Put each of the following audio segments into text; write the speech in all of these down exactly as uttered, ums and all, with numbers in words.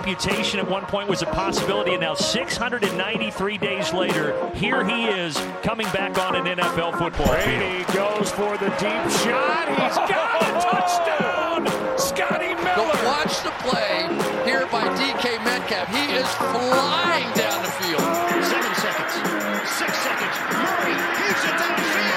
amputation at one point was a possibility, and now six hundred ninety-three days later, here he is coming back on an N F L football field. Brady goes for the deep shot. He's got a touchdown. Scotty Miller. But watch the play here by D K Metcalf. He is flying down the field. Seven seconds. Six seconds. Murray keeps it downfield.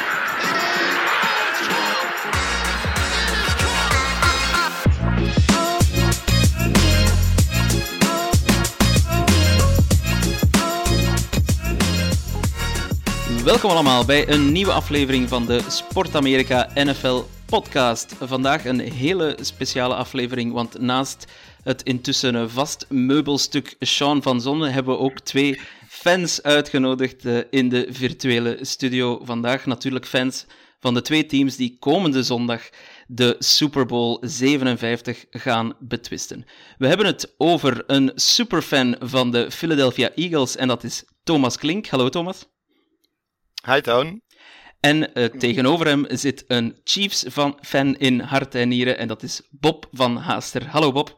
Welkom allemaal bij een nieuwe aflevering van de Sport Amerika N F L podcast. Vandaag een hele speciale aflevering, want naast het intussen vast meubelstuk Sean van Zonne hebben we ook twee fans uitgenodigd in de virtuele studio. Vandaag natuurlijk fans van de twee teams die komende zondag de Super Bowl zevenenvijftig gaan betwisten. We hebben het over een superfan van de Philadelphia Eagles en dat is Thomas Klink. Hallo Thomas. Hi Toon. En uh, tegenover hem zit een Chiefs-fan in hart en nieren en dat is Bob van Haaster. Hallo Bob.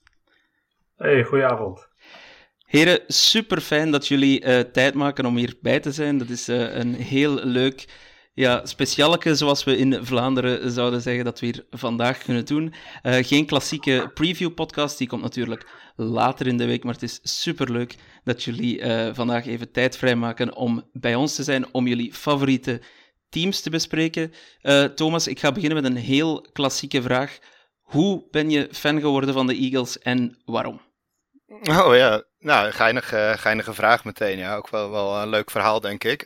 Hey, goedenavond. Heren, super fijn dat jullie uh, tijd maken om hierbij te zijn. Dat is uh, een heel leuk, ja, specialeke, zoals we in Vlaanderen zouden zeggen, dat we hier vandaag kunnen doen. Uh, geen klassieke preview-podcast, die komt natuurlijk later in de week, maar het is superleuk dat jullie uh, vandaag even tijd vrijmaken om bij ons te zijn, om jullie favoriete teams te bespreken. Uh, Thomas, ik ga beginnen met een heel klassieke vraag. Hoe ben je fan geworden van de Eagles en waarom? Oh ja, nou, geinige, geinige vraag meteen. Ja, ook wel, wel een leuk verhaal, denk ik.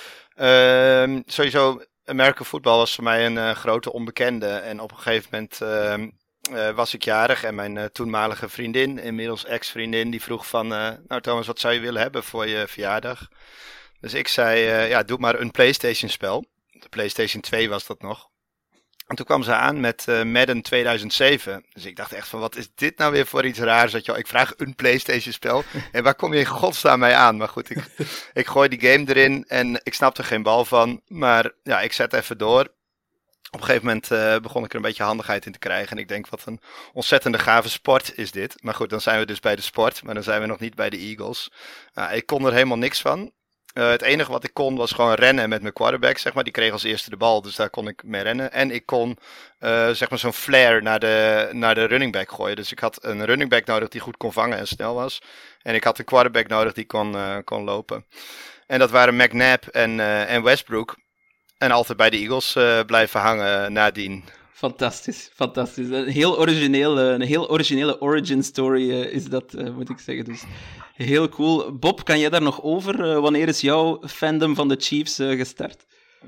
Uh, sowieso, American football was voor mij een uh, grote onbekende. En op een gegeven moment uh, uh, was ik jarig en mijn uh, toenmalige vriendin, inmiddels ex-vriendin, die vroeg van, uh, nou Thomas, wat zou je willen hebben voor je verjaardag? Dus ik zei, uh, ja, doe maar een PlayStation spel. De PlayStation twee was dat nog. En toen kwam ze aan met uh, Madden tweeduizend zeven. Dus ik dacht echt van, wat is dit nou weer voor iets raars? Dat je, ik vraag een PlayStation spel en waar kom je in godsnaam mee aan? Maar goed, ik, ik gooi die game erin en ik snapte er geen bal van. Maar ja, ik zet even door. Op een gegeven moment uh, begon ik er een beetje handigheid in te krijgen. En ik denk, wat een ontzettende gave sport is dit. Maar goed, dan zijn we dus bij de sport. Maar dan zijn we nog niet bij de Eagles. Uh, ik kon er helemaal niks van. Uh, het enige wat ik kon was gewoon rennen met mijn quarterback, zeg maar. Die kreeg als eerste de bal, dus daar kon ik mee rennen. En ik kon, uh, zeg maar, zo'n flare naar de, naar de running back gooien. Dus ik had een running back nodig die goed kon vangen en snel was. En ik had een quarterback nodig die kon, uh, kon lopen. En dat waren McNabb en, uh, en Westbrook. En altijd bij de Eagles uh, blijven hangen nadien. Fantastisch, fantastisch. Een heel, origineel, een heel originele origin story uh, is dat, uh, moet ik zeggen. Dus heel cool. Bob, kan jij daar nog over? Uh, wanneer is jouw fandom van de Chiefs uh, gestart?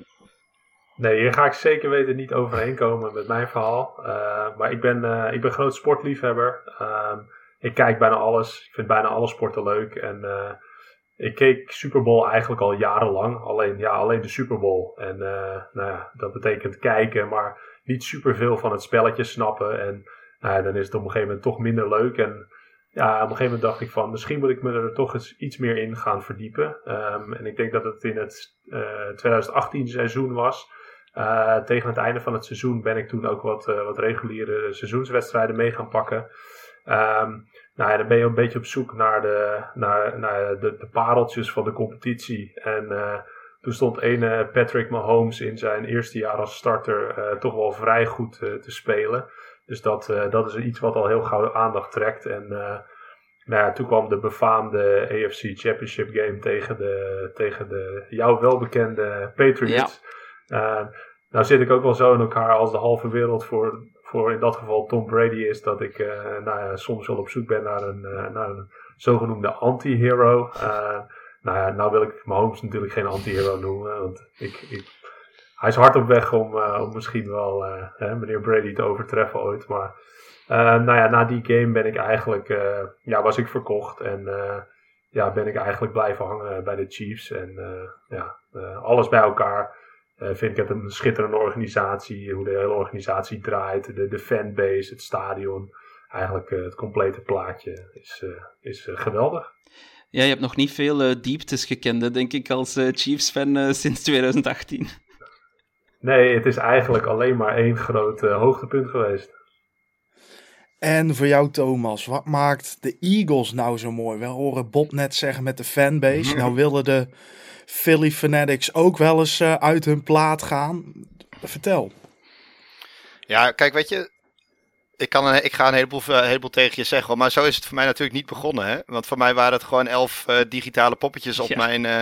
Nee, hier ga ik zeker weten niet overheen komen met mijn verhaal. Uh, maar ik ben, uh, ik ben groot sportliefhebber. Uh, ik kijk bijna alles. Ik vind bijna alle sporten leuk. En uh, ik keek Super Bowl eigenlijk al jarenlang. Alleen, ja, alleen de Super Bowl. En uh, nou ja, dat betekent kijken, maar niet superveel van het spelletje snappen. En nou ja, dan is het op een gegeven moment toch minder leuk. En ja, op een gegeven moment dacht ik van, misschien moet ik me er toch eens iets meer in gaan verdiepen. Um, en ik denk dat het in het uh, twintig achttien seizoen was. Uh, tegen het einde van het seizoen ben ik toen ook wat, uh, wat reguliere seizoenswedstrijden mee gaan pakken. Um, nou ja, dan ben je een beetje op zoek naar de, naar, naar de, de pareltjes van de competitie. En uh, toen stond ene Patrick Mahomes in zijn eerste jaar als starter uh, toch wel vrij goed uh, te spelen. Dus dat, uh, dat is iets wat al heel gauw aandacht trekt. En uh, nou ja, toen kwam de befaamde A F C Championship game tegen de, tegen de jou welbekende Patriots. Ja. Uh, nou zit ik ook wel zo in elkaar als de halve wereld voor, voor in dat geval Tom Brady is. Dat ik uh, nou ja, soms wel op zoek ben naar een, uh, naar een zogenoemde anti-hero. Uh, nou ja, nou wil ik Mahomes natuurlijk geen anti-hero noemen. Want ik... ik Hij is hard op weg om, uh, om misschien wel uh, hè, meneer Brady te overtreffen ooit. Maar uh, nou ja, na die game ben ik eigenlijk, uh, ja, was ik verkocht. En uh, ja, ben ik eigenlijk blijven hangen bij de Chiefs. En uh, ja, uh, alles bij elkaar uh, vind ik het een schitterende organisatie. Hoe de hele organisatie draait, de, de fanbase, het stadion. Eigenlijk uh, het complete plaatje is, uh, is uh, geweldig. Ja, je hebt nog niet veel uh, dieptes gekend, denk ik, als uh, Chiefs-fan uh, sinds twintig achttien. Nee, het is eigenlijk alleen maar één groot uh, hoogtepunt geweest. En voor jou, Thomas, wat maakt de Eagles nou zo mooi? We horen Bob net zeggen met de fanbase. Nou willen de Philly Fanatics ook wel eens uh, uit hun plaat gaan. Vertel. Ja, kijk, weet je, ik, kan een, ik ga een heleboel, een heleboel tegen je zeggen, maar zo is het voor mij natuurlijk niet begonnen. Hè? Want voor mij waren het gewoon elf uh, digitale poppetjes op ja. mijn... Uh,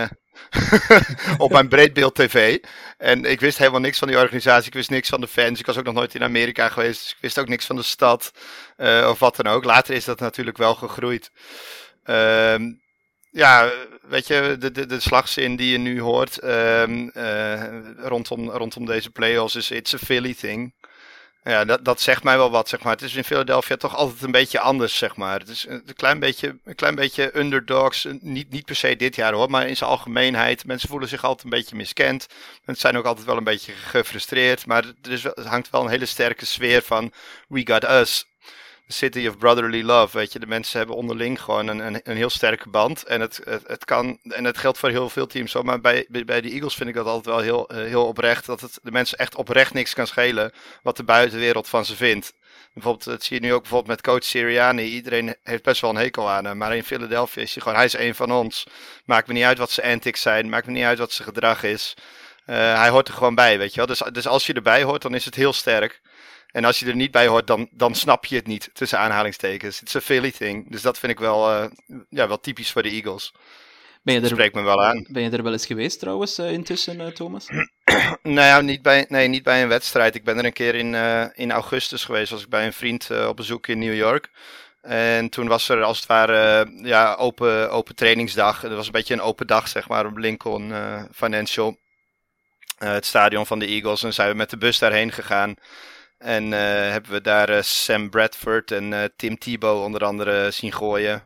op mijn breedbeeld tv. En ik wist helemaal niks van die organisatie. Ik wist niks van de fans. Ik was ook nog nooit in Amerika geweest. Dus ik wist ook niks van de stad. Uh, of wat dan ook. Later is dat natuurlijk wel gegroeid. Uh, ja, weet je, de, de, de slagzin die je nu hoort uh, uh, rondom, rondom deze playoffs is it's a Philly thing. Ja, dat, dat zegt mij wel wat, zeg maar. Het is in Philadelphia toch altijd een beetje anders, zeg maar. Het is een klein beetje, een klein beetje underdogs. Niet, niet per se dit jaar hoor, maar in zijn algemeenheid. Mensen voelen zich altijd een beetje miskend. Mensen zijn ook altijd wel een beetje gefrustreerd. Maar er, is wel, er hangt wel een hele sterke sfeer van we got us. The city of brotherly love, weet je. De mensen hebben onderling gewoon een, een, een heel sterke band. En het, het, het kan, en het geldt voor heel veel teams zo. Maar bij, bij de Eagles vind ik dat altijd wel heel, heel oprecht. Dat het de mensen echt oprecht niks kan schelen wat de buitenwereld van ze vindt. Bijvoorbeeld, dat zie je nu ook bijvoorbeeld met coach Sirianni. Iedereen heeft best wel een hekel aan hem. Maar in Philadelphia is hij gewoon, hij is één van ons. Maakt me niet uit wat zijn antics zijn. Maakt me niet uit wat zijn gedrag is. Uh, hij hoort er gewoon bij, weet je wel. Dus, dus als je erbij hoort, dan is het heel sterk. En als je er niet bij hoort, dan, dan snap je het niet, tussen aanhalingstekens. Het is een Philly thing, dus dat vind ik wel, uh, ja, wel typisch voor de Eagles. Ben je er, dat spreekt me wel aan. Ben je er wel eens geweest trouwens, uh, intussen, uh, Thomas? nou ja, niet bij, nee, niet bij een wedstrijd. Ik ben er een keer in, uh, in augustus geweest, was ik bij een vriend uh, op bezoek in New York. En toen was er als het ware uh, ja, open, open trainingsdag. Het was een beetje een open dag, zeg maar, op Lincoln uh, Financial. Uh, het stadion van de Eagles. En zijn we met de bus daarheen gegaan. En uh, hebben we daar uh, Sam Bradford en uh, Tim Tebow onder andere zien gooien.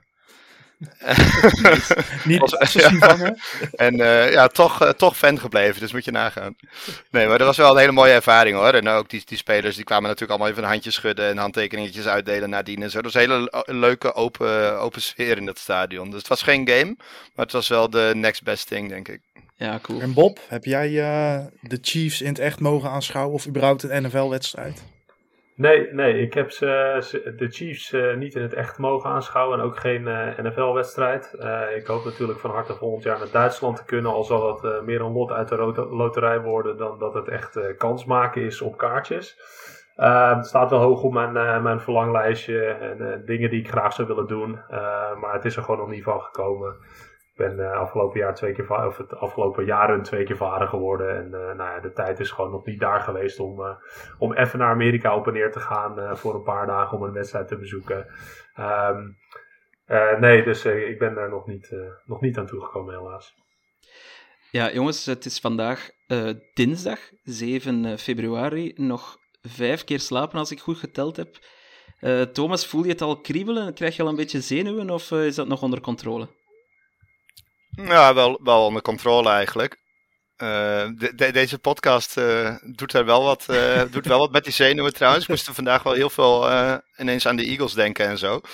Niet was, ze zien vangen. En uh, ja, toch, uh, toch fan gebleven, dus moet je nagaan. Nee, maar dat was wel een hele mooie ervaring hoor. En ook die, die spelers, die kwamen natuurlijk allemaal even een handje schudden en handtekeningetjes uitdelen nadien en zo. Dat was een hele leuke open, open sfeer in dat stadion. Dus het was geen game, maar het was wel de next best thing, denk ik. Ja, cool. En Bob, heb jij uh, de Chiefs in het echt mogen aanschouwen of überhaupt een N F L-wedstrijd? Nee, nee, ik heb ze, ze, de Chiefs uh, niet in het echt mogen aanschouwen en ook geen uh, N F L-wedstrijd. Uh, ik hoop natuurlijk van harte volgend jaar naar Duitsland te kunnen, al zal het uh, meer een lot uit de rot- loterij worden dan dat het echt uh, kans maken is op kaartjes. Uh, het staat wel hoog op mijn, uh, mijn verlanglijstje en uh, dingen die ik graag zou willen doen, uh, maar het is er gewoon nog niet van gekomen. Ik ben uh, afgelopen jaar twee keer va- of het afgelopen jaren twee keer vader geworden. En uh, nou ja, de tijd is gewoon nog niet daar geweest om, uh, om even naar Amerika op en neer te gaan uh, voor een paar dagen om een wedstrijd te bezoeken. Um, uh, nee, dus uh, ik ben daar nog niet, uh, nog niet aan toegekomen helaas. Ja, jongens, het is vandaag uh, dinsdag, zeven februari. Nog vijf keer slapen als ik goed geteld heb. Uh, Thomas, voel je het al kriebelen? Krijg je al een beetje zenuwen of uh, is dat nog onder controle? Ja, wel, wel onder controle eigenlijk. Uh, de, de, deze podcast uh, doet er wel wat, uh, doet wel wat met die zenuwen trouwens. Ik moest er vandaag wel heel veel uh, ineens aan de Eagles denken en zo.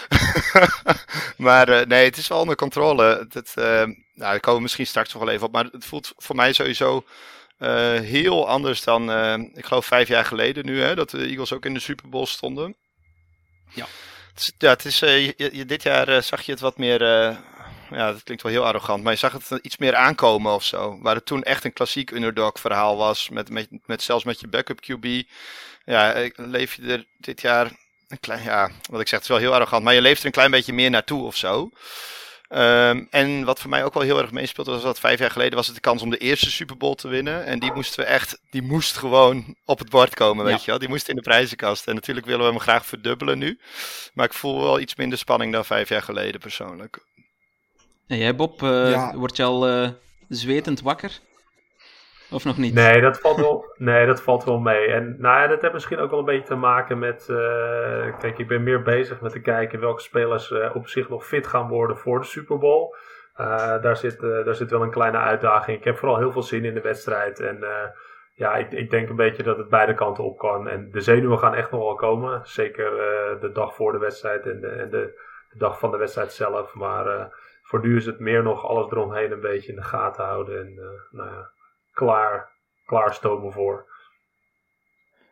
maar uh, nee, het is wel onder controle. Het, uh, nou, daar komen we misschien straks nog wel even op. Maar het voelt voor mij sowieso uh, heel anders dan, uh, ik geloof vijf jaar geleden nu, hè, dat de Eagles ook in de Super Bowl stonden. Ja. Het is, ja, het is, uh, je, je, dit jaar uh, zag je het wat meer... Uh, Ja, dat klinkt wel heel arrogant, maar je zag het iets meer aankomen of zo. Waar het toen echt een klassiek underdog verhaal was, met, met, met zelfs met je backup Q B. Ja, leef je er dit jaar een klein, ja, wat ik zeg, het is wel heel arrogant, maar je leeft er een klein beetje meer naartoe of zo. Um, en wat voor mij ook wel heel erg meespeelde, was dat vijf jaar geleden was het de kans om de eerste Super Bowl te winnen. En die moesten we echt, die moest gewoon op het bord komen, weet ja. je wel. Die moest in de prijzenkast. En natuurlijk willen we hem graag verdubbelen nu. Maar ik voel wel iets minder spanning dan vijf jaar geleden persoonlijk. En jij, Bob, uh, ja. word je al uh, zwetend wakker? Of nog niet? Nee, dat valt wel, nee, dat valt wel mee. En nou ja, dat heeft misschien ook wel een beetje te maken met... Uh, kijk, ik ben meer bezig met te kijken welke spelers uh, op zich nog fit gaan worden voor de Super Bowl. Uh, daar, zit, uh, daar zit wel een kleine uitdaging. Ik heb vooral heel veel zin in de wedstrijd. En uh, ja, ik, ik denk een beetje dat het beide kanten op kan. En de zenuwen gaan echt nog wel komen. Zeker uh, de dag voor de wedstrijd en de, en de, de dag van de wedstrijd zelf. Maar... Uh, Voor nu is het meer nog alles eromheen een beetje in de gaten houden en uh, nou ja, klaar, klaar stomen voor.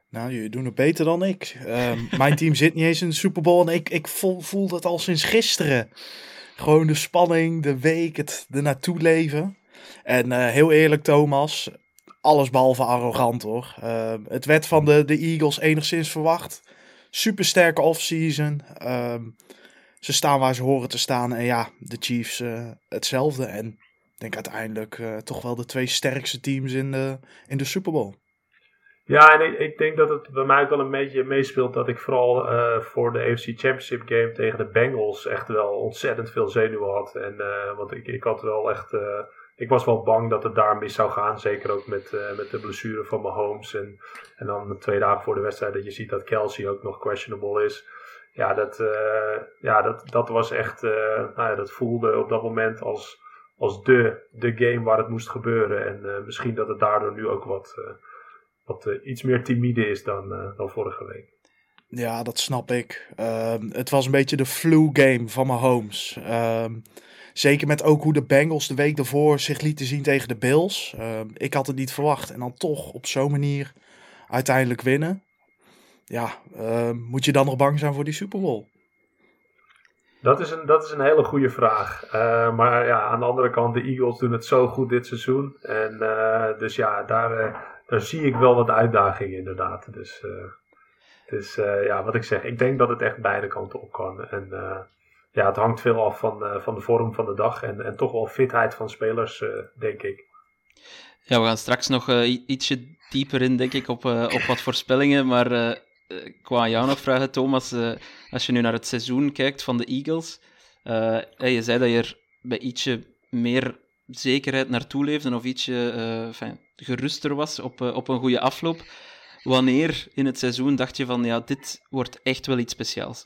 Nou, jullie doen het beter dan ik. Uh, mijn team zit niet eens in de Super Bowl en ik, ik voel, voel dat al sinds gisteren. Gewoon de spanning, de week, het er naartoe leven. En uh, heel eerlijk, Thomas, alles behalve arrogant hoor. Uh, het werd van de, de Eagles enigszins verwacht. Supersterke offseason. Uh, ze staan waar ze horen te staan. En ja, de Chiefs uh, hetzelfde. En ik denk uiteindelijk uh, toch wel de twee sterkste teams in de, in de Super Bowl. Ja, en ik, ik denk dat het bij mij ook wel een beetje meespeelt dat ik vooral uh, voor de A F C Championship game tegen de Bengals echt wel ontzettend veel zenuwen had. En, uh, want ik, ik had wel echt... Uh, ik was wel bang dat het daar mis zou gaan. Zeker ook met, uh, met de blessure van Mahomes. En, en dan twee dagen voor de wedstrijd dat je ziet dat Kelsey ook nog questionable is. Ja, dat, uh, ja, dat, dat was echt... Uh, nou ja, dat voelde op dat moment als, als de, de game waar het moest gebeuren. En uh, misschien dat het daardoor nu ook wat... Uh, wat uh, iets meer timide is dan, uh, dan vorige week. Ja, dat snap ik. Uh, het was een beetje de flu-game van Mahomes. Uh, zeker met ook hoe de Bengals de week daarvoor zich lieten zien tegen de Bills. Uh, ik had het niet verwacht. En dan toch op zo'n manier uiteindelijk winnen. Ja, uh, moet je dan nog bang zijn voor die Super Bowl? Dat is een, dat is een hele goede vraag. Uh, maar ja, aan de andere kant, de Eagles doen het zo goed dit seizoen. En uh, dus ja, daar... Uh, Daar zie ik wel wat uitdagingen inderdaad. Dus, uh, dus uh, ja, wat ik zeg, ik denk dat het echt beide kanten op kan. En uh, ja, het hangt veel af van, uh, van de vorm van de dag en, en toch wel fitheid van spelers, uh, denk ik. Ja, we gaan straks nog uh, ietsje dieper in, denk ik, op, uh, op wat voorspellingen. Maar uh, ik wou aan jou nog vragen, Thomas, uh, als je nu naar het seizoen kijkt van de Eagles. Uh, je zei dat je er bij ietsje meer zekerheid naartoe leefde of ietsje uh, fijn, geruster was op, uh, op een goede afloop. Wanneer in het seizoen dacht je van, ja, dit wordt echt wel iets speciaals?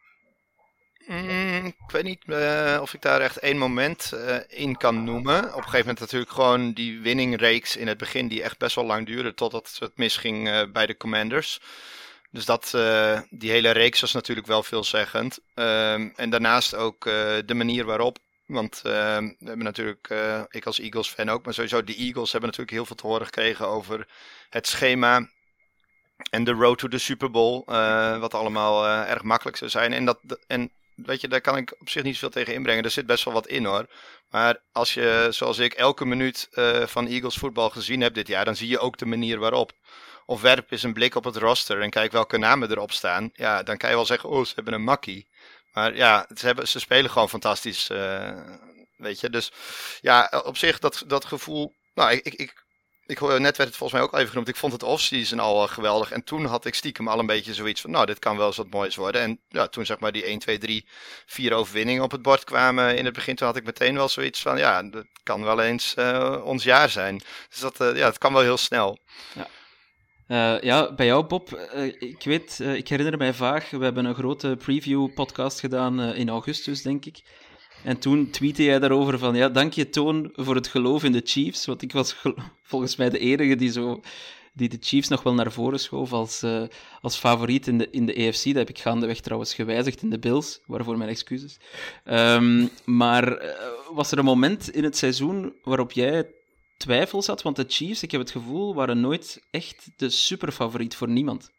Mm, ik weet niet uh, of ik daar echt één moment uh, in kan noemen. Op een gegeven moment natuurlijk gewoon die winningreeks in het begin die echt best wel lang duurde totdat het misging uh, bij de Commanders. Dus dat, uh, die hele reeks was natuurlijk wel veelzeggend. Um, en daarnaast ook uh, de manier waarop. Want uh, we hebben natuurlijk, uh, ik als Eagles fan ook, maar sowieso de Eagles hebben natuurlijk heel veel te horen gekregen over het schema en de road to the Super Bowl. Uh, wat allemaal uh, erg makkelijk zou zijn. En, dat, en weet je, daar kan ik op zich niet zoveel tegen inbrengen. Er zit best wel wat in hoor. Maar als je, zoals ik, elke minuut uh, van Eagles voetbal gezien heb dit jaar, dan zie je ook de manier waarop. Of werp eens een blik op het roster en kijk welke namen erop staan. Ja, dan kan je wel zeggen, oh, ze hebben een makkie. Maar ja, ze, hebben, ze spelen gewoon fantastisch, uh, weet je. Dus ja, op zich dat, dat gevoel... Nou, ik, ik, ik, ik, net werd het volgens mij ook al even genoemd. Ik vond het offseason al uh, geweldig. En toen had ik stiekem al een beetje zoiets van... Nou, dit kan wel eens wat moois worden. En ja, toen zeg maar die één, twee, drie, vier overwinningen op het bord kwamen in het begin... Toen had ik meteen wel zoiets van... Ja, dat kan wel eens uh, ons jaar zijn. Dus dat, uh, ja, dat kan wel heel snel. Ja. Uh, ja, bij jou, Bob, uh, ik weet, uh, ik herinner mij vaag, we hebben een grote preview-podcast gedaan uh, in augustus, denk ik. En toen tweette jij daarover van, ja, dank je Toon voor het geloof in de Chiefs, want ik was gelo- volgens mij de enige die, zo, die de Chiefs nog wel naar voren schoof als, uh, als favoriet in de, in de A F C. Dat heb ik gaandeweg trouwens gewijzigd in de Bills, waarvoor mijn excuses. Um, maar uh, was er een moment in het seizoen waarop jij twijfels had, want de Chiefs, ik heb het gevoel, waren nooit echt de superfavoriet voor niemand.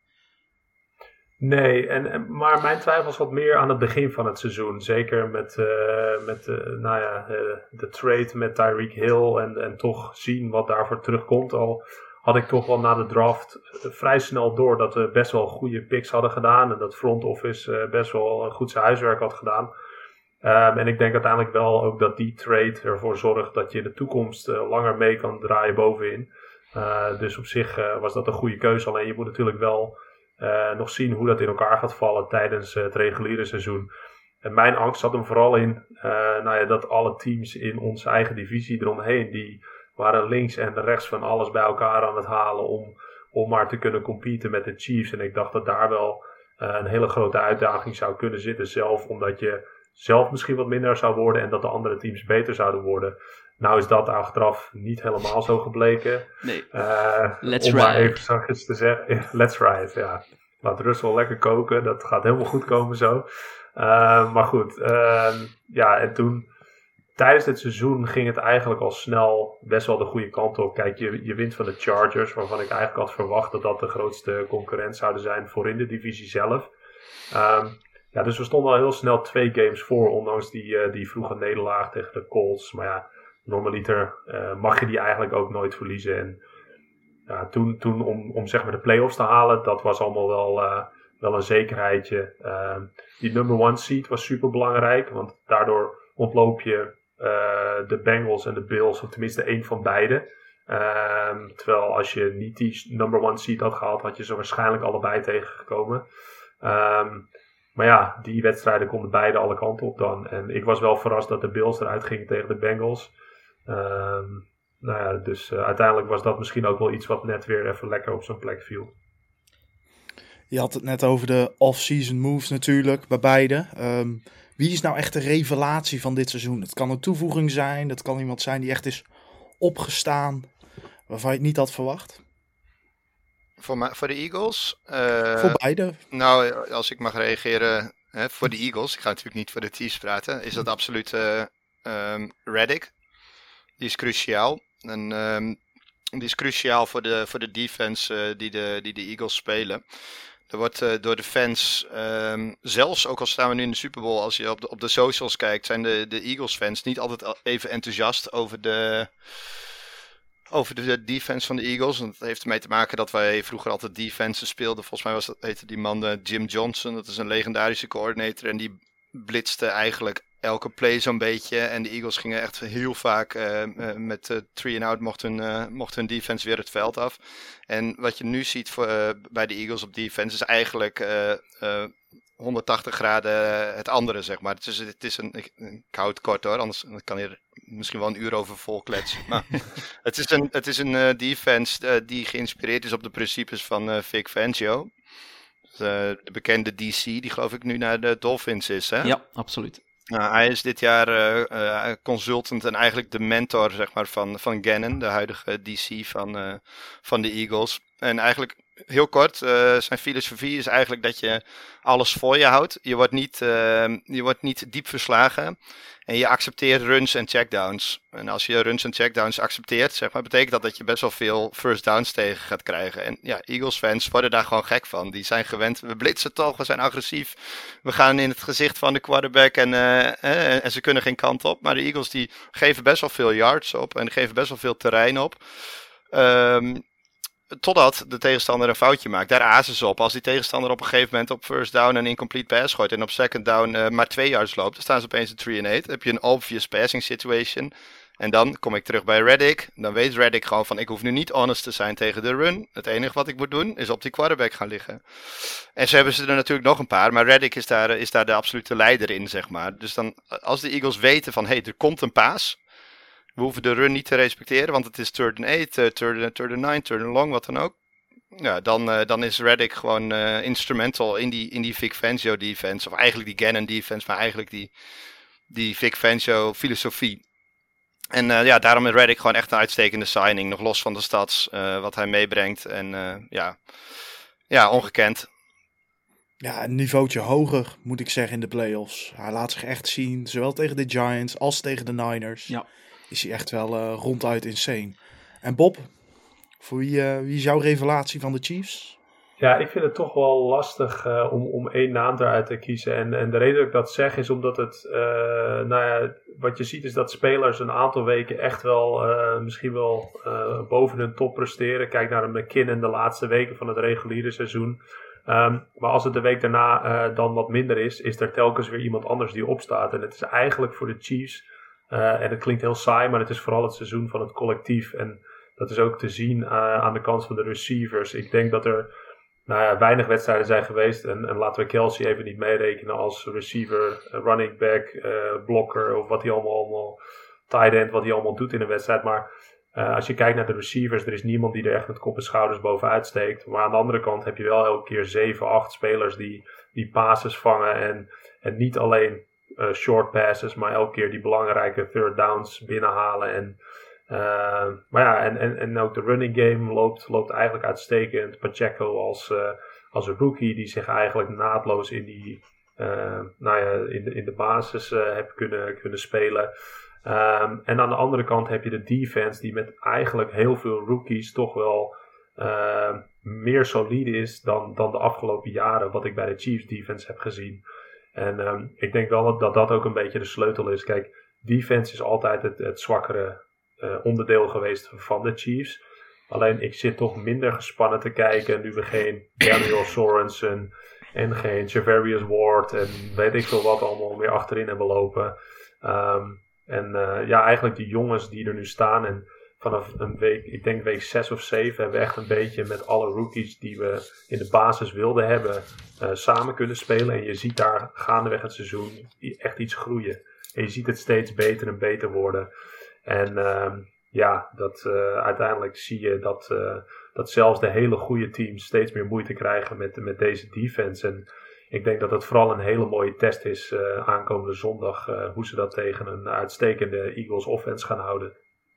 Nee, en, en, maar mijn twijfels wat meer aan het begin van het seizoen. Zeker met, uh, met uh, nou ja, uh, de trade met Tyreek Hill en, en toch zien wat daarvoor terugkomt. Al had ik toch wel na de draft vrij snel door dat we best wel goede picks hadden gedaan. En dat front office uh, best wel goed zijn huiswerk had gedaan. Um, en ik denk uiteindelijk wel ook dat die trade ervoor zorgt dat je in de toekomst uh, langer mee kan draaien bovenin. Uh, dus op zich uh, was dat een goede keuze. Alleen je moet natuurlijk wel uh, nog zien hoe dat in elkaar gaat vallen tijdens uh, het reguliere seizoen. En mijn angst zat hem vooral in uh, nou ja, dat alle teams in onze eigen divisie eromheen, die waren links en rechts van alles bij elkaar aan het halen om, om maar te kunnen competen met de Chiefs. En ik dacht dat daar wel uh, een hele grote uitdaging zou kunnen zitten zelf, omdat je zelf misschien wat minder zou worden en dat de andere teams beter zouden worden. Nou is dat achteraf niet helemaal zo gebleken. Nee. Uh, Let's om ride. maar even zachtjes te zeggen. Let's ride, ja. Laat Russell lekker koken. Dat gaat helemaal goed komen zo. Uh, maar goed. Uh, ja, en toen, tijdens dit seizoen ging het eigenlijk al snel best wel de goede kant op. Kijk, je, je wint van de Chargers, waarvan ik eigenlijk had verwacht dat dat de grootste concurrent zouden zijn voor in de divisie zelf. Um, ja, dus we stonden al heel snel twee games voor, ondanks die, uh, die vroege nederlaag tegen de Colts. Maar ja, normaliter uh, mag je die eigenlijk ook nooit verliezen. En ja, toen, toen om, om zeg maar de playoffs te halen, dat was allemaal wel, uh, wel een zekerheidje. Uh, die number one seed was super belangrijk, want daardoor ontloop je uh, de Bengals en de Bills, of tenminste één van beide. Um, terwijl als je niet die number one seed had gehad, had je ze waarschijnlijk allebei tegengekomen. Um, maar ja, die wedstrijden konden beide alle kanten op dan. En ik was wel verrast dat de Bills eruit gingen tegen de Bengals. Um, nou ja, dus uh, uiteindelijk was dat misschien ook wel iets wat net weer even lekker op zijn plek viel. Je had het net over de off-season moves natuurlijk, bij beide. Um, wie is nou echt de revelatie van dit seizoen? Het kan een toevoeging zijn, dat kan iemand zijn die echt is opgestaan, waarvan je het niet had verwacht. Voor, ma- voor de Eagles? Uh, voor beide. Nou, als ik mag reageren hè, voor de Eagles, ik ga natuurlijk niet voor de Chiefs praten, is dat absoluut uh, um, Reddick. Die is cruciaal. En um, die is cruciaal voor de, voor de defense uh, die, de, die de Eagles spelen. Er wordt uh, door de fans, um, zelfs ook al staan we nu in de Super Bowl, als je op de, op de socials kijkt, zijn de, de Eagles fans niet altijd even enthousiast over de... Over de defense van de Eagles. En dat heeft ermee te maken dat wij vroeger altijd defense speelden. Volgens mij was dat, heette die man uh, Jim Johnson. Dat is een legendarische coördinator. En die blitzte eigenlijk elke play zo'n beetje. En de Eagles gingen echt heel vaak uh, uh, met uh, three and out mocht hun, uh, mocht hun defense weer het veld af. En wat je nu ziet voor, uh, bij de Eagles op defense is eigenlijk uh, uh, honderdtachtig graden het andere, zeg maar. Het is, het is een, ik, ik hou het kort hoor, anders kan hier misschien wel een uur over vol kletsen. Maar het is een, het is een uh, defense uh, die geïnspireerd is op de principes van uh, Vic Fangio. Uh, de bekende D C, die geloof ik nu naar de Dolphins is, hè? Ja, absoluut. Uh, hij is dit jaar uh, uh, consultant en eigenlijk de mentor, zeg maar, van, van Gannon, de huidige D C van, uh, van de Eagles. En eigenlijk, heel kort, uh, zijn filosofie is eigenlijk dat je alles voor je houdt. Je wordt niet, uh, je wordt niet diep verslagen en je accepteert runs en checkdowns. En als je runs en checkdowns accepteert, zeg maar, betekent dat dat je best wel veel first downs tegen gaat krijgen. En ja, Eagles fans worden daar gewoon gek van. Die zijn gewend, we blitsen toch, we zijn agressief. We gaan in het gezicht van de quarterback en, uh, eh, en ze kunnen geen kant op. Maar de Eagles die geven best wel veel yards op en geven best wel veel terrein op. Um, Totdat de tegenstander een foutje maakt. Daar azen ze op. Als die tegenstander op een gegeven moment op first down een incomplete pass gooit en op second down uh, maar twee yards loopt, dan staan ze opeens in three and eight. Dan heb je een obvious passing situation. En dan kom ik terug bij Reddick. Dan weet Reddick gewoon van, ik hoef nu niet honest te zijn tegen de run. Het enige wat ik moet doen is op die quarterback gaan liggen. En zo hebben ze er natuurlijk nog een paar. Maar Reddick is daar, is daar de absolute leider in, zeg maar. Dus dan, als de Eagles weten van, hé, hey, er komt een paas. We hoeven de run niet te respecteren, want het is third and eight, uh, third and nine, third and long, wat dan ook. Ja, dan, uh, dan is Reddick gewoon uh, instrumental in die, in die Vic Fangio defense. Of eigenlijk die Gannon defense, maar eigenlijk die, die Vic Fangio filosofie. En uh, ja, daarom is Reddick gewoon echt een uitstekende signing. Nog los van de stats, uh, wat hij meebrengt. En uh, ja, ja, ongekend. Ja, een niveautje hoger, moet ik zeggen, in de playoffs. Hij laat zich echt zien, zowel tegen de Giants als tegen de Niners. Ja. Is hij echt wel uh, ronduit insane. En Bob, voor wie, uh, wie is jouw revelatie van de Chiefs? Ja, ik vind het toch wel lastig uh, om, om één naam eruit te kiezen. En, en de reden dat ik dat zeg is omdat het, uh, nou ja, wat je ziet is dat spelers een aantal weken echt wel, uh, misschien wel uh, boven hun top presteren. Kijk naar een McKinnon de laatste weken van het reguliere seizoen. Um, maar als het de week daarna uh, dan wat minder is, is er telkens weer iemand anders die opstaat. En het is eigenlijk voor de Chiefs, uh, en het klinkt heel saai, maar het is vooral het seizoen van het collectief. En dat is ook te zien uh, aan de kant van de receivers. Ik denk dat er nou ja, weinig wedstrijden zijn geweest. En, en laten we Kelsey even niet meerekenen als receiver, running back, uh, blokker of wat hij allemaal, allemaal tight end, wat hij allemaal doet in een wedstrijd. Maar uh, als je kijkt naar de receivers, er is niemand die er echt met kop en schouders bovenuit steekt. Maar aan de andere kant heb je wel elke keer zeven, acht spelers die, die passes vangen. En, en niet alleen uh, short passes, maar elke keer die belangrijke third downs binnenhalen. En Uh, maar ja, en, en, en ook de running game loopt, loopt eigenlijk uitstekend. Pacheco als, uh, als een rookie die zich eigenlijk naadloos in, die, uh, nou ja, in, de, in de basis uh, heeft kunnen, kunnen spelen. Um, en aan de andere kant heb je de defense die met eigenlijk heel veel rookies toch wel uh, meer solide is dan, dan de afgelopen jaren wat ik bij de Chiefs defense heb gezien. En um, ik denk wel dat, dat dat ook een beetje de sleutel is. Kijk, defense is altijd het, het zwakkere uh, onderdeel geweest van de Chiefs. Alleen ik zit toch minder gespannen te kijken nu we geen Daniel Sorensen en geen Javarius Ward en weet ik veel wat allemaal meer achterin hebben lopen. Um, en uh, ja, eigenlijk die jongens die er nu staan en vanaf een week, ik denk week zes of zeven, hebben we echt een beetje met alle rookies die we in de basis wilden hebben uh, samen kunnen spelen. En je ziet daar gaandeweg het seizoen echt iets groeien. En je ziet het steeds beter en beter worden. En uh, ja, dat, uh, uiteindelijk zie je dat, uh, dat zelfs de hele goede teams steeds meer moeite krijgen met, met deze defense. En ik denk dat het vooral een hele mooie test is uh, aankomende zondag. Uh, hoe ze dat tegen een uitstekende Eagles offense gaan houden.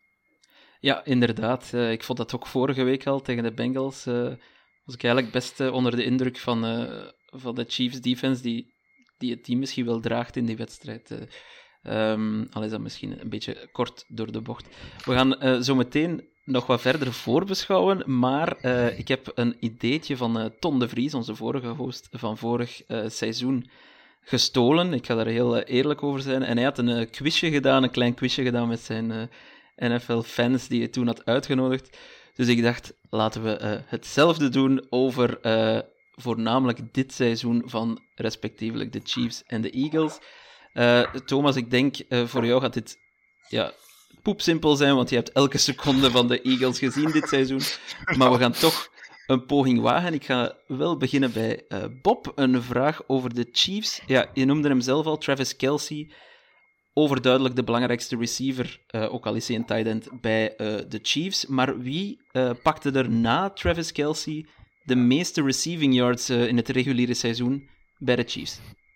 Ja, inderdaad. Uh, ik vond dat ook vorige week al tegen de Bengals. Uh, was ik eigenlijk best uh, onder de indruk van, uh, van de Chiefs defense, die, die het team misschien wel draagt in die wedstrijd. Uh, um, al is dat misschien een beetje kort door de bocht. We gaan uh, zo meteen nog wat verder voorbeschouwen, maar uh, ik heb een ideetje van uh, Ton de Vries, onze vorige host van vorig uh, seizoen, gestolen. Ik ga daar heel uh, eerlijk over zijn. En hij had een uh, quizje gedaan, een klein quizje gedaan met zijn uh, N F L-fans die hij toen had uitgenodigd. Dus ik dacht, laten we uh, hetzelfde doen over uh, voornamelijk dit seizoen van respectievelijk de Chiefs en de Eagles. Uh, Thomas, ik denk uh, voor jou gaat dit ja, poepsimpel zijn, want je hebt elke seconde van de Eagles gezien dit seizoen. Maar we gaan toch een poging wagen. Ik ga wel beginnen bij uh, Bob. Een vraag over de Chiefs. Ja, je noemde hem zelf al, Travis Kelce. Overduidelijk de belangrijkste receiver, uh, ook al is hij een tight end, bij uh, de Chiefs. Maar wie uh, pakte er na Travis Kelce de meeste receiving yards uh, in het reguliere seizoen bij de Chiefs?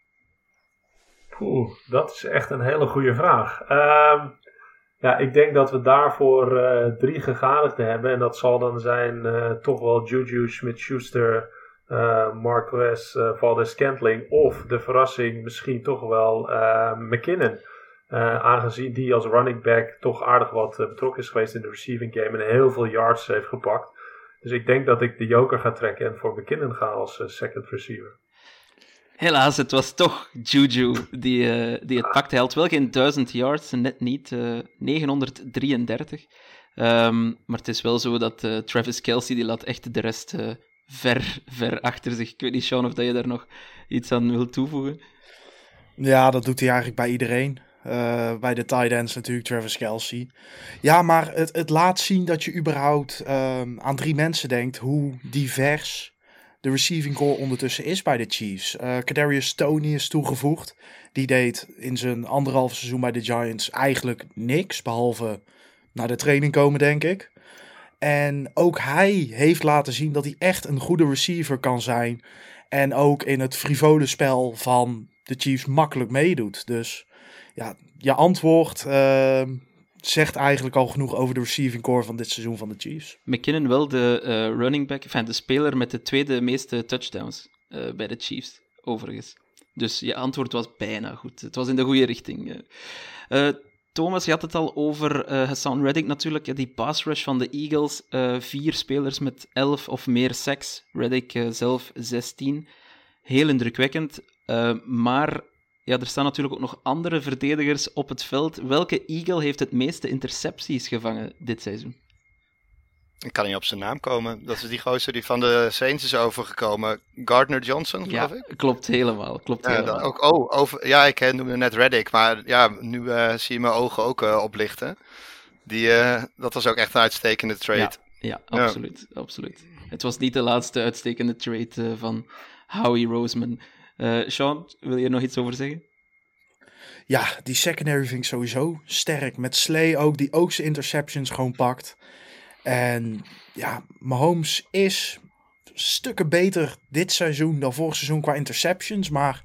Oeh, dat is echt een hele goede vraag. Uh, ja, ik denk dat we daarvoor uh, drie gegadigden hebben. En dat zal dan zijn uh, toch wel Juju Smith-Schuster, uh, Marquez uh, Valdes-Scantling of de verrassing misschien toch wel uh, McKinnon. Uh, aangezien die als running back toch aardig wat uh, betrokken is geweest in de receiving game en heel veel yards heeft gepakt. Dus ik denk dat ik de joker ga trekken en voor McKinnon ga als uh, second receiver. Helaas, het was toch Juju die, uh, die het pakte. Hij had wel geen duizend yards, net niet, uh, negenhonderddrieëndertig. Um, maar het is wel zo dat uh, Travis Kelce, die laat echt de rest uh, ver, ver achter zich. Ik weet niet, Sean, of dat je daar nog iets aan wilt toevoegen. Ja, dat doet hij eigenlijk bij iedereen. Uh, bij de tight ends natuurlijk, Travis Kelce. Ja, maar het, het laat zien dat je überhaupt um, aan drie mensen denkt hoe divers de receiving core ondertussen is bij de Chiefs. Uh, Kadarius Toney is toegevoegd. Die deed in zijn anderhalf seizoen bij de Giants eigenlijk niks, behalve naar de training komen, denk ik. En ook hij heeft laten zien dat hij echt een goede receiver kan zijn. En ook in het frivole spel van de Chiefs makkelijk meedoet. Dus ja, je antwoord uh, zegt eigenlijk al genoeg over de receiving core van dit seizoen van de Chiefs. McKinnon wel de uh, running back, enfin, de speler met de tweede meeste touchdowns uh, bij de Chiefs, overigens. Dus je antwoord was bijna goed. Het was in de goede richting. Uh, Thomas, je had het al over uh, Hassan Reddick natuurlijk. Ja, die pass rush van de Eagles. Uh, vier spelers met elf of meer sacks. Reddick uh, zelf zestien. Heel indrukwekkend. Uh, maar ja, er staan natuurlijk ook nog andere verdedigers op het veld. Welke Eagle heeft het meeste intercepties gevangen dit seizoen? Ik kan niet op zijn naam komen. Dat is die gozer die van de Saints is overgekomen. Gardner Johnson, geloof ja, ik? klopt helemaal. Klopt ja, helemaal. Dan ook, oh, over, ja, ik noemde net Reddick, maar ja, nu uh, zie je mijn ogen ook uh, oplichten. Die, uh, dat was ook echt een uitstekende trade. Ja, ja, absoluut, ja. absoluut. Het was niet de laatste uitstekende trade uh, van Howie Roseman. Uh, Sean, wil je er nog iets over zeggen? Ja, die secondary vind ik sowieso sterk. Met Slay ook, die ook zijn interceptions gewoon pakt. En ja, Mahomes is stukken beter dit seizoen dan vorig seizoen qua interceptions. Maar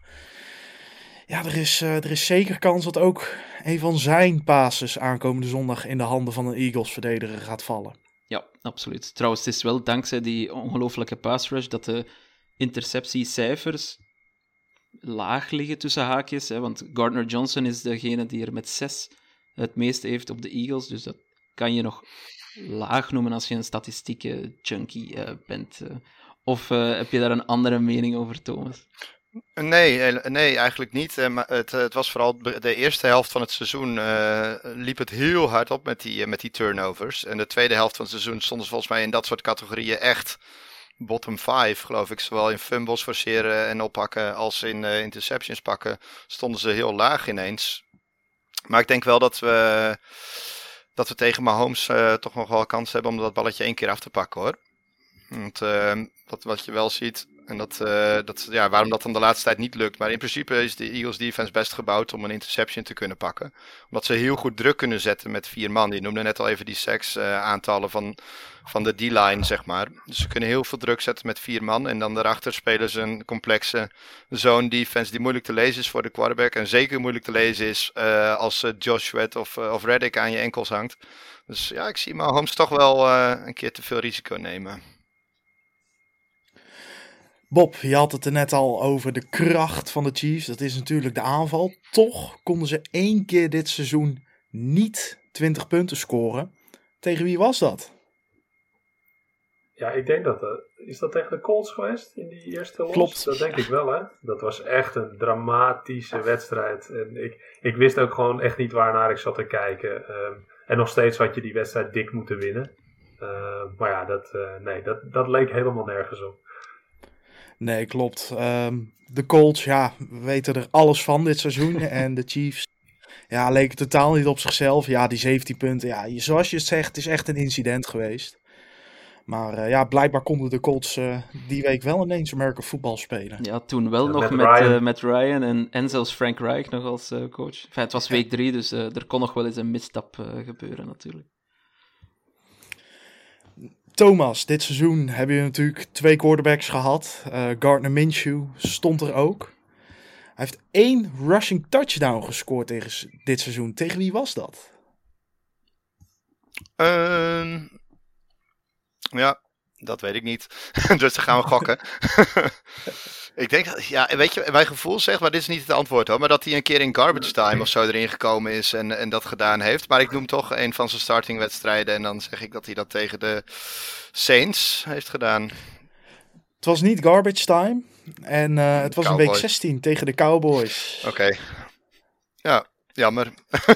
ja, er is, uh, er is zeker kans dat ook een van zijn passes aankomende zondag in de handen van een Eagles-verdediger gaat vallen. Ja, absoluut. Trouwens, het is wel dankzij die ongelofelijke pass rush dat de interceptiecijfers laag liggen tussen haakjes. Hè, want Gardner Johnson is degene die er met zes het meeste heeft op de Eagles. Dus dat kan je nog laag noemen als je een statistieke junkie uh, bent. Uh, of uh, heb je daar een andere mening over, Thomas? Nee, nee, eigenlijk niet. Het, het was vooral de eerste helft van het seizoen uh, liep het heel hard op met die, met die turnovers. En de tweede helft van het seizoen stonden ze volgens mij in dat soort categorieën echt bottom five, geloof ik. Zowel in fumbles forceren en oppakken als in uh, interceptions pakken stonden ze heel laag ineens. Maar ik denk wel dat we, dat we tegen Mahomes uh, toch nog wel kans hebben om dat balletje één keer af te pakken, hoor. Want uh, wat, wat je wel ziet, en dat, uh, dat, ja, waarom dat dan de laatste tijd niet lukt. Maar in principe is de Eagles defense best gebouwd om een interception te kunnen pakken. Omdat ze heel goed druk kunnen zetten met vier man. Je noemde net al even die sacks uh, aantallen van, van de D-line, zeg maar. Dus ze kunnen heel veel druk zetten met vier man. En dan daarachter spelen ze een complexe zone defense die moeilijk te lezen is voor de quarterback. En zeker moeilijk te lezen is uh, als uh, Josh Sweat of, uh, of Reddick aan je enkels hangt. Dus ja, ik zie Mahomes toch wel uh, een keer te veel risico nemen. Bob, je had het er net al over de kracht van de Chiefs. Dat is natuurlijk de aanval. Toch konden ze één keer dit seizoen niet twintig punten scoren. Tegen wie was dat? Ja, ik denk dat... Uh, is dat tegen de Colts geweest in die eerste los? Klopt. Dat denk ik wel, hè. Dat was echt een dramatische wedstrijd. En ik, ik wist ook gewoon echt niet waarnaar ik zat te kijken. Um, en nog steeds had je die wedstrijd dik moeten winnen. Uh, maar ja, dat, uh, nee, dat, dat leek helemaal nergens op. Nee, klopt. Um, de Colts, ja, we weten er alles van dit seizoen. En de Chiefs, ja, leken totaal niet op zichzelf. Ja, die zeventien punten, ja, zoals je het zegt, het is echt een incident geweest. Maar uh, ja, blijkbaar konden de Colts uh, die week wel ineens American voetbal spelen. Ja, toen wel ja, nog met, met, Ryan. Uh, met Ryan en, en zelfs Frank Reich nog als uh, coach. Enfin, het was week drie, dus uh, er kon nog wel eens een misstap uh, gebeuren natuurlijk. Thomas, dit seizoen hebben je natuurlijk twee quarterbacks gehad. Uh, Gardner Minshew stond er ook. Hij heeft één rushing touchdown gescoord tegen dit seizoen. Tegen wie was dat? Uh, ja, dat weet ik niet. Dus dan gaan we gokken. Ik denk, ja, weet je, mijn gevoel zegt, maar dit is niet het antwoord hoor, maar dat hij een keer in garbage time of zo erin gekomen is en, en dat gedaan heeft. Maar ik noem toch een van zijn startingwedstrijden en dan zeg ik dat hij dat tegen de Saints heeft gedaan. Het was niet garbage time en uh, het was Cowboys. In week zestien tegen de Cowboys. Oké. Okay. Ja, jammer.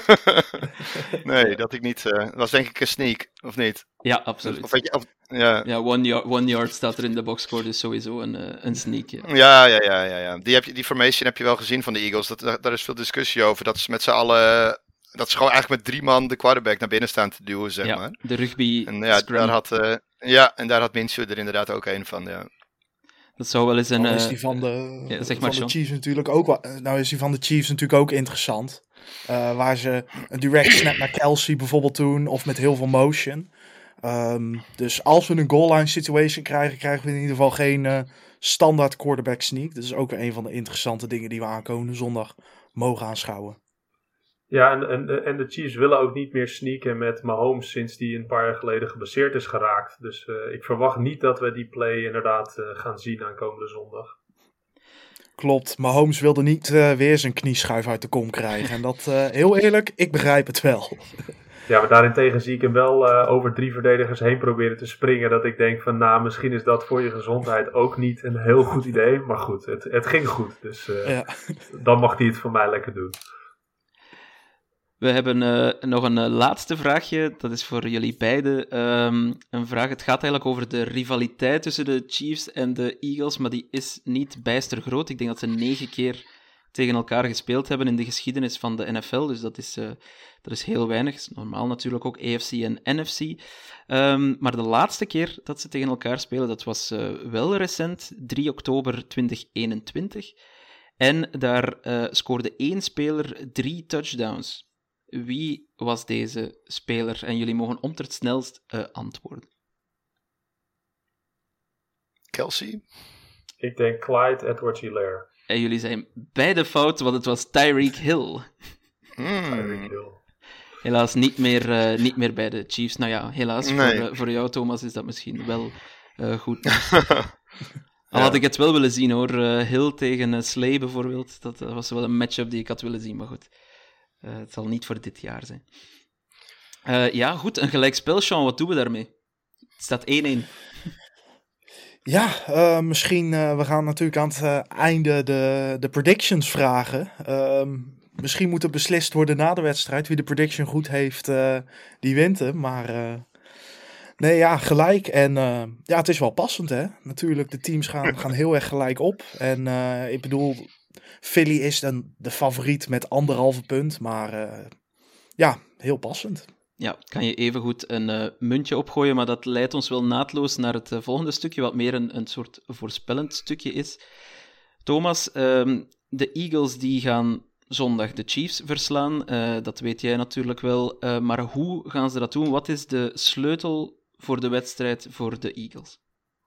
Nee, dat ik niet... Het uh, was denk ik een sneak, of niet? Ja, absoluut. Of, weet je, of, ja, ja one, yard, one yard staat er in de boxscore, dus sowieso een, uh, een sneak. Ja, ja, ja, ja. ja, ja. Die, heb je, die formation heb je wel gezien van de Eagles. Dat, daar, daar is veel discussie over. Dat ze met z'n allen... Dat ze gewoon eigenlijk met drie man de quarterback naar binnen staan te duwen, zeg ja, maar. De rugby en, ja, daar had, uh, ja, en daar had Minshew er inderdaad ook een van, ja. Dat zou wel eens een... Nou is die van de, ja, zeg maar, van de Chiefs natuurlijk ook wel... Nou is die van de Chiefs natuurlijk ook interessant. Uh, waar ze een direct snap naar Kelsey bijvoorbeeld doen, of met heel veel motion. Um, dus als we een goal line situation krijgen, krijgen we in ieder geval geen uh, standaard quarterback sneak. Dat is ook weer een van de interessante dingen die we aankomende zondag mogen aanschouwen. Ja, en, en, en de Chiefs willen ook niet meer sneaken met Mahomes sinds die een paar jaar geleden geblesseerd is geraakt. Dus uh, ik verwacht niet dat we die play inderdaad uh, gaan zien aankomende zondag. Klopt, Mahomes wilde niet uh, weer zijn knieschuif uit de kom krijgen. En dat, uh, heel eerlijk, ik begrijp het wel. Ja, maar daarentegen zie ik hem wel uh, over drie verdedigers heen proberen te springen. Dat ik denk van, nou, misschien is dat voor je gezondheid ook niet een heel goed idee. Maar goed, het, het ging goed. Dus uh, ja. Dan mag hij het voor mij lekker doen. We hebben uh, nog een uh, laatste vraagje. Dat is voor jullie beiden. Um, een vraag. Het gaat eigenlijk over de rivaliteit tussen de Chiefs en de Eagles. Maar die is niet bijster groot. Ik denk dat ze negen keer tegen elkaar gespeeld hebben in de geschiedenis van de N F L. Dus dat is, uh, dat is heel weinig. Is normaal natuurlijk ook A F C en N F C. Um, maar de laatste keer dat ze tegen elkaar spelen, dat was uh, wel recent. drie oktober twintig eenentwintig. En daar uh, scoorde één speler drie touchdowns. Wie was deze speler? En jullie mogen om het snelst uh, antwoorden. Kelsey? Ik denk Clyde Edwards-Helaire. En jullie zijn beide fout, want het was Tyreek Hill. Mm. Tyreek Hill. Helaas niet meer, uh, niet meer bij de Chiefs. Nou ja, helaas nee. voor, uh, voor jou, Thomas, is dat misschien wel uh, goed. Al had ik het wel willen zien, hoor. Uh, Hill tegen uh, Slay bijvoorbeeld. Dat uh, was wel een matchup die ik had willen zien, maar goed. Uh, het zal niet voor dit jaar zijn. Uh, ja, goed, een gelijkspel, Sean, wat doen we daarmee? Het staat één-één. Ja, uh, misschien, uh, we gaan natuurlijk aan het uh, einde de, de predictions vragen. Uh, misschien moet er beslist worden na de wedstrijd. Wie de prediction goed heeft, uh, die wint hem. Maar uh, nee, ja, gelijk. En uh, ja, het is wel passend, hè. Natuurlijk, de teams gaan, gaan heel erg gelijk op. En uh, ik bedoel, Philly is dan de favoriet met anderhalve punt. Maar uh, ja, heel passend. Ja, kan je evengoed een uh, muntje opgooien, maar dat leidt ons wel naadloos naar het uh, volgende stukje, wat meer een, een soort voorspellend stukje is. Thomas, um, de Eagles die gaan zondag de Chiefs verslaan, uh, dat weet jij natuurlijk wel, uh, maar hoe gaan ze dat doen? Wat is de sleutel voor de wedstrijd voor de Eagles?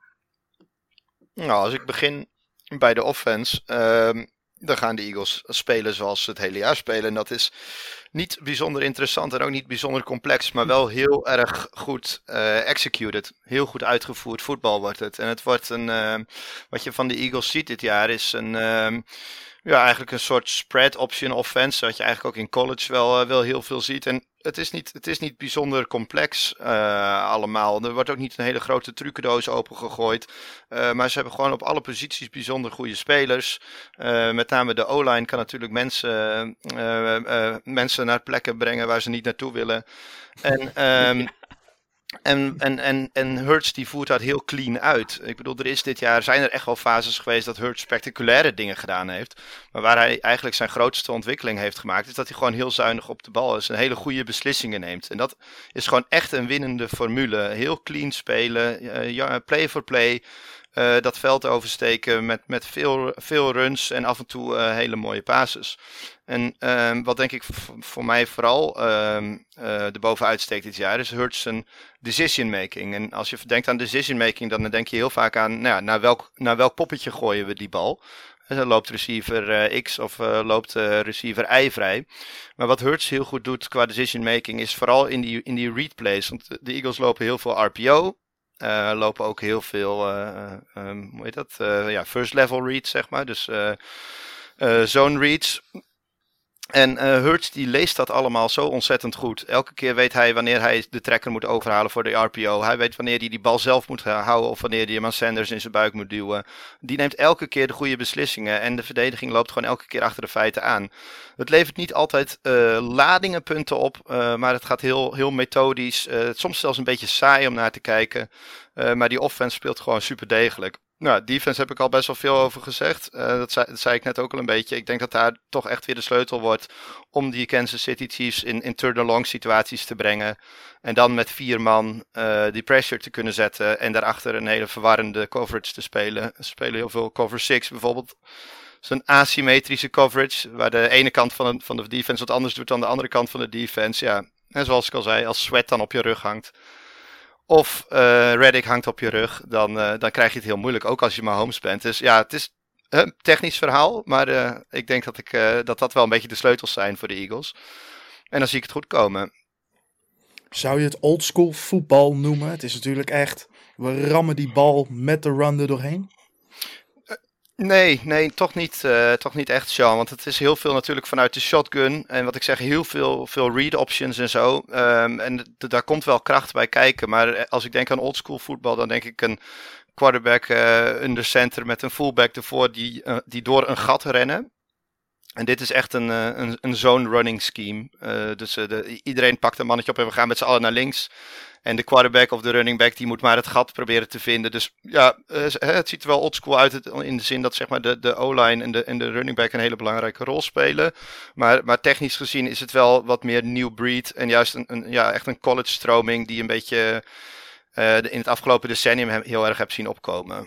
Nou, als ik begin bij de offense, uh, dan gaan de Eagles spelen zoals ze het hele jaar spelen. En dat is niet bijzonder interessant en ook niet bijzonder complex, maar wel heel erg goed uh, executed. Heel goed uitgevoerd voetbal wordt het. En het wordt een, uh, wat je van de Eagles ziet dit jaar, is een, uh, ja, eigenlijk een soort spread option offense, wat je eigenlijk ook in college wel, uh, wel heel veel ziet. En het is niet, het is niet bijzonder complex uh, allemaal. Er wordt ook niet een hele grote trucendoos opengegooid. Uh, maar ze hebben gewoon op alle posities bijzonder goede spelers. Uh, met name de O-line kan natuurlijk mensen, uh, uh, mensen naar plekken brengen waar ze niet naartoe willen. En... Um, En, en, en, en Hurts die voert dat heel clean uit. Ik bedoel, er is dit jaar zijn er echt wel fases geweest dat Hurts spectaculaire dingen gedaan heeft. Maar waar hij eigenlijk zijn grootste ontwikkeling heeft gemaakt, is dat hij gewoon heel zuinig op de bal is en hele goede beslissingen neemt. En dat is gewoon echt een winnende formule. Heel clean spelen, uh, ja, play for play. Uh, dat veld oversteken met, met veel, veel runs en af en toe uh, hele mooie passes. En uh, wat denk ik v- voor mij vooral uh, uh, erbovenuit steekt dit jaar is Hurts zijn decision making. En als je denkt aan decision making, dan denk je heel vaak aan nou ja, naar, welk, naar welk poppetje gooien we die bal. En dan loopt receiver uh, X of uh, loopt uh, receiver Y vrij. Maar wat Hurts heel goed doet qua decision making is vooral in die, in die read plays. Want de Eagles lopen heel veel R P O. Uh, lopen ook heel veel, uh, um, hoe heet dat? Uh, ja, first level reads, zeg maar. Dus uh, uh, zone reads. En uh, Hurts die leest dat allemaal zo ontzettend goed. Elke keer weet hij wanneer hij de tracker moet overhalen voor de R P O. Hij weet wanneer hij die bal zelf moet houden of wanneer hij hem aan Sanders in zijn buik moet duwen. Die neemt elke keer de goede beslissingen en de verdediging loopt gewoon elke keer achter de feiten aan. Het levert niet altijd uh, ladingenpunten op, uh, maar het gaat heel, heel methodisch. Uh, soms zelfs een beetje saai om naar te kijken. Uh, maar die offense speelt gewoon super degelijk. Nou, defense heb ik al best wel veel over gezegd. Uh, dat, zei, dat zei ik net ook al een beetje. Ik denk dat daar toch echt weer de sleutel wordt om die Kansas City Chiefs in, in third and long situaties te brengen. En dan met vier man uh, die pressure te kunnen zetten en daarachter een hele verwarrende coverage te spelen. Ze spelen heel veel cover six bijvoorbeeld. Zo'n asymmetrische coverage, waar de ene kant van de, van de defense wat anders doet dan de andere kant van de defense. Ja, en zoals ik al zei, als Sweat dan op je rug hangt. Of uh, Reddick hangt op je rug, dan, uh, dan krijg je het heel moeilijk, ook als je Mahomes bent. Dus ja, het is een technisch verhaal, maar uh, ik denk dat, ik, uh, dat dat wel een beetje de sleutels zijn voor de Eagles. En dan zie ik het goed komen. Zou je het oldschool voetbal noemen? Het is natuurlijk echt, we rammen die bal met de run er doorheen. Nee, nee, toch niet, uh, toch niet echt, Sean. Want het is heel veel natuurlijk vanuit de shotgun. En wat ik zeg, heel veel, veel read options en zo. Um, en d- daar komt wel kracht bij kijken. Maar als ik denk aan oldschool voetbal, dan denk ik een quarterback uh, under center met een fullback ervoor die, uh, die door een gat rennen. En dit is echt een, uh, een, een zone running scheme. Uh, dus uh, de, iedereen pakt een mannetje op en we gaan met z'n allen naar links. En de quarterback of de running back die moet maar het gat proberen te vinden. Dus ja, uh, het ziet er wel oldschool uit in de zin dat zeg maar, de, de O-line en de, en de running back een hele belangrijke rol spelen. Maar, maar technisch gezien is het wel wat meer new breed. En juist een, een, ja, echt een college stroming die een beetje uh, in het afgelopen decennium heel erg heb zien opkomen.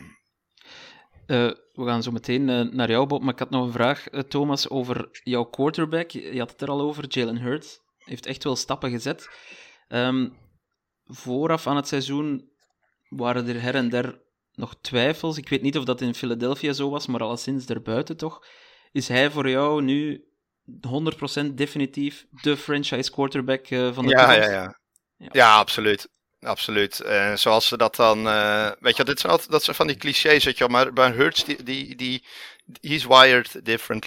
Uh, we gaan zo meteen uh, naar jou, Bob. Maar ik had nog een vraag, uh, Thomas, over jouw quarterback. Je had het er al over, Jalen Hurts. Heeft echt wel stappen gezet. Um, vooraf aan het seizoen waren er her en der nog twijfels. Ik weet niet of dat in Philadelphia zo was, maar alleszins daarbuiten toch. Is hij voor jou nu honderd procent definitief de franchise quarterback uh, van de ja, toekomst? Ja, ja. ja. ja, absoluut. Absoluut. Uh, zoals ze dat dan... Uh, weet je, dit zijn altijd dat zijn van die clichés, weet je wel. Maar bij Hurts, die, die, die, he's wired differently.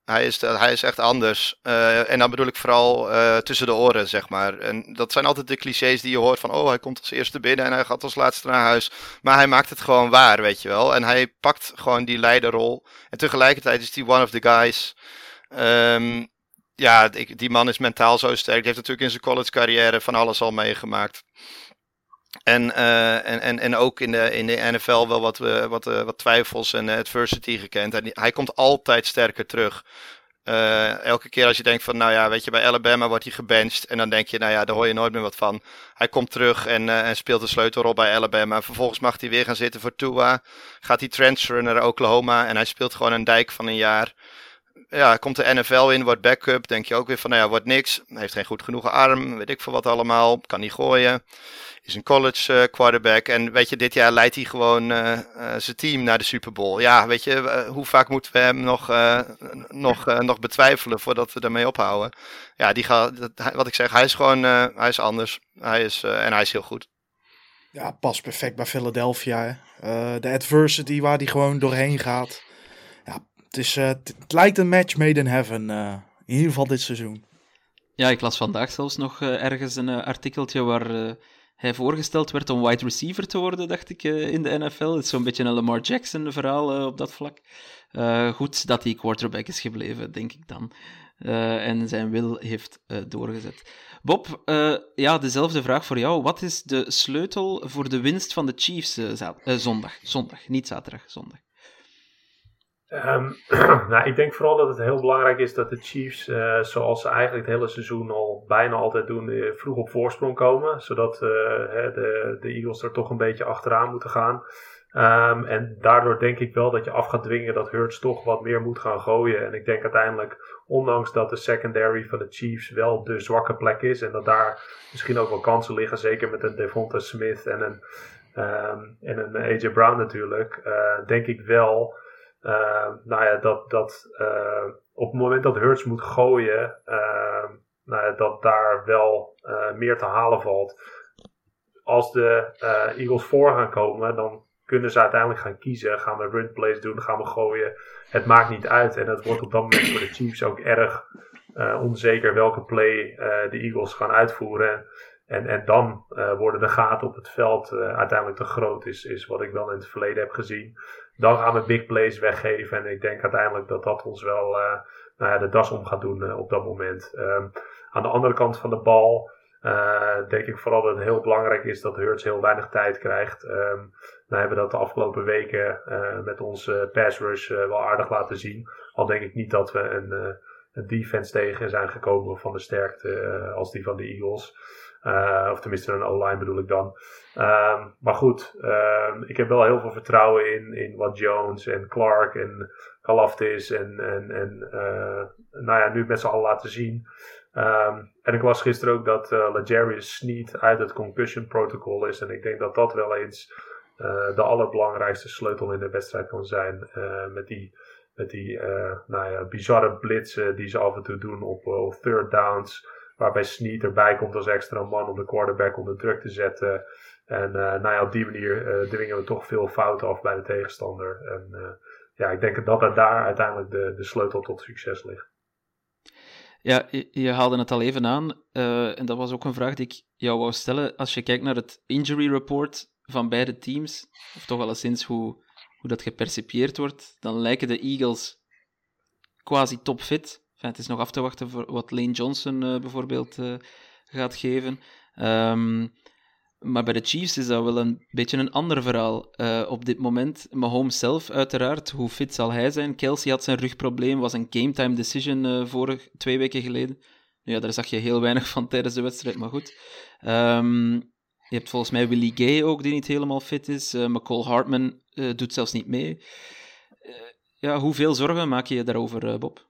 Hij is, hij is echt anders. Uh, en dan bedoel ik vooral uh, tussen de oren, zeg maar. En dat zijn altijd de clichés die je hoort van... oh, hij komt als eerste binnen en hij gaat als laatste naar huis. Maar hij maakt het gewoon waar, weet je wel. En hij pakt gewoon die leiderrol. En tegelijkertijd is hij one of the guys... Um, ja, die, die man is mentaal zo sterk. Die heeft natuurlijk in zijn college carrière van alles al meegemaakt. En, uh, en, en, en ook in de, in de N F L wel wat, uh, wat, uh, wat twijfels en uh, adversity gekend. En hij komt altijd sterker terug. Uh, elke keer als je denkt van, nou ja, weet je, bij Alabama wordt hij gebenched. En dan denk je, nou ja, daar hoor je nooit meer wat van. Hij komt terug en, uh, en speelt de sleutelrol bij Alabama. Vervolgens mag hij weer gaan zitten voor Tua. Gaat hij transferen naar Oklahoma en hij speelt gewoon een dijk van een jaar. Ja, komt de N F L in, wordt backup. Denk je ook weer van, nou ja, wordt niks. Heeft geen goed genoeg arm, weet ik veel wat allemaal. Kan niet gooien. Is een college uh, quarterback. En weet je, dit jaar leidt hij gewoon uh, uh, zijn team naar de Super Bowl. Ja, weet je, uh, hoe vaak moeten we hem nog, uh, nog, uh, nog betwijfelen voordat we ermee ophouden? Ja, die gaat, dat, wat ik zeg, hij is gewoon, uh, hij is anders. Hij is, uh, en hij is heel goed. Ja, past perfect bij Philadelphia. Hè? Uh, de adversity waar hij gewoon doorheen gaat. Ja, het, is, uh, t- het lijkt een match made in heaven. Uh, in ieder geval dit seizoen. Ja, ik las vandaag zelfs nog uh, ergens een uh, artikeltje waar... Uh, hij voorgesteld werd om wide receiver te worden, dacht ik, uh, in de N F L. Het is zo'n beetje een Lamar Jackson verhaal uh, op dat vlak. Uh, goed dat hij quarterback is gebleven, denk ik dan. Uh, en zijn wil heeft uh, doorgezet. Bob, uh, ja, dezelfde vraag voor jou. Wat is de sleutel voor de winst van de Chiefs uh, za- uh, zondag? Zondag, niet zaterdag, zondag. Um, nou, ik denk vooral dat het heel belangrijk is dat de Chiefs, uh, zoals ze eigenlijk het hele seizoen al bijna altijd doen, uh, vroeg op voorsprong komen. Zodat uh, de, de Eagles er toch een beetje achteraan moeten gaan. Um, en daardoor denk ik wel dat je af gaat dwingen dat Hurts toch wat meer moet gaan gooien. En ik denk uiteindelijk, ondanks dat de secondary van de Chiefs wel de zwakke plek is. En dat daar misschien ook wel kansen liggen, zeker met een Devonta Smith en een, um, en een A J Brown natuurlijk. Uh, denk ik wel... Uh, nou ja, dat, dat uh, op het moment dat Hurts moet gooien, uh, nou ja, dat daar wel uh, meer te halen valt. Als de uh, Eagles voor gaan komen, dan kunnen ze uiteindelijk gaan kiezen. Gaan we run plays doen, gaan we gooien. Het maakt niet uit. En het wordt op dat moment voor de Chiefs ook erg uh, onzeker welke play uh, de Eagles gaan uitvoeren. En, en dan uh, worden de gaten op het veld uh, uiteindelijk te groot, is, is wat ik wel in het verleden heb gezien. Dan gaan we big plays weggeven. En ik denk uiteindelijk dat dat ons wel uh, nou ja, de das om gaat doen uh, op dat moment. Um, aan de andere kant van de bal uh, denk ik vooral dat het heel belangrijk is dat Hurts heel weinig tijd krijgt. Um, we hebben dat de afgelopen weken uh, met onze pass rush uh, wel aardig laten zien. Al denk ik niet dat we een, uh, een defense tegen zijn gekomen van de sterkte uh, als die van de Eagles. Uh, of tenminste een O-line bedoel ik dan. Um, maar goed, um, ik heb wel heel veel vertrouwen in, in wat Jones en Clark en Kalafdis en, en, en uh, nou ja, nu met z'n allen laten zien. Um, en ik las gisteren ook dat uh, L'Jarius Sneed uit het concussion protocol is. En ik denk dat dat wel eens uh, de allerbelangrijkste sleutel in de wedstrijd kan zijn. Uh, met die, met die uh, nou ja, bizarre blitzen die ze af en toe doen op, op third downs. Waarbij Sneed erbij komt als extra man om de quarterback onder druk te zetten. En uh, nou ja, op die manier uh, dwingen we toch veel fouten af bij de tegenstander. En uh, ja, ik denk dat er daar uiteindelijk de, de sleutel tot succes ligt. Ja, je, je haalde het al even aan. Uh, en dat was ook een vraag die ik jou wou stellen. Als je kijkt naar het injury report van beide teams, of toch alleszins hoe, hoe dat gepercipieerd wordt, dan lijken de Eagles quasi topfit. Enfin, het is nog af te wachten voor wat Lane Johnson uh, bijvoorbeeld uh, gaat geven. Um, maar bij de Chiefs is dat wel een beetje een ander verhaal. Uh, op dit moment, Mahomes zelf uiteraard, hoe fit zal hij zijn? Kelsey had zijn rugprobleem, was een game-time decision uh, vorig, twee weken geleden. Nu ja, daar zag je heel weinig van tijdens de wedstrijd, maar goed. Um, je hebt volgens mij Willie Gay ook, die niet helemaal fit is. Uh, McCall Hartman uh, doet zelfs niet mee. Uh, ja, hoeveel zorgen maak je je daarover, uh, Bob?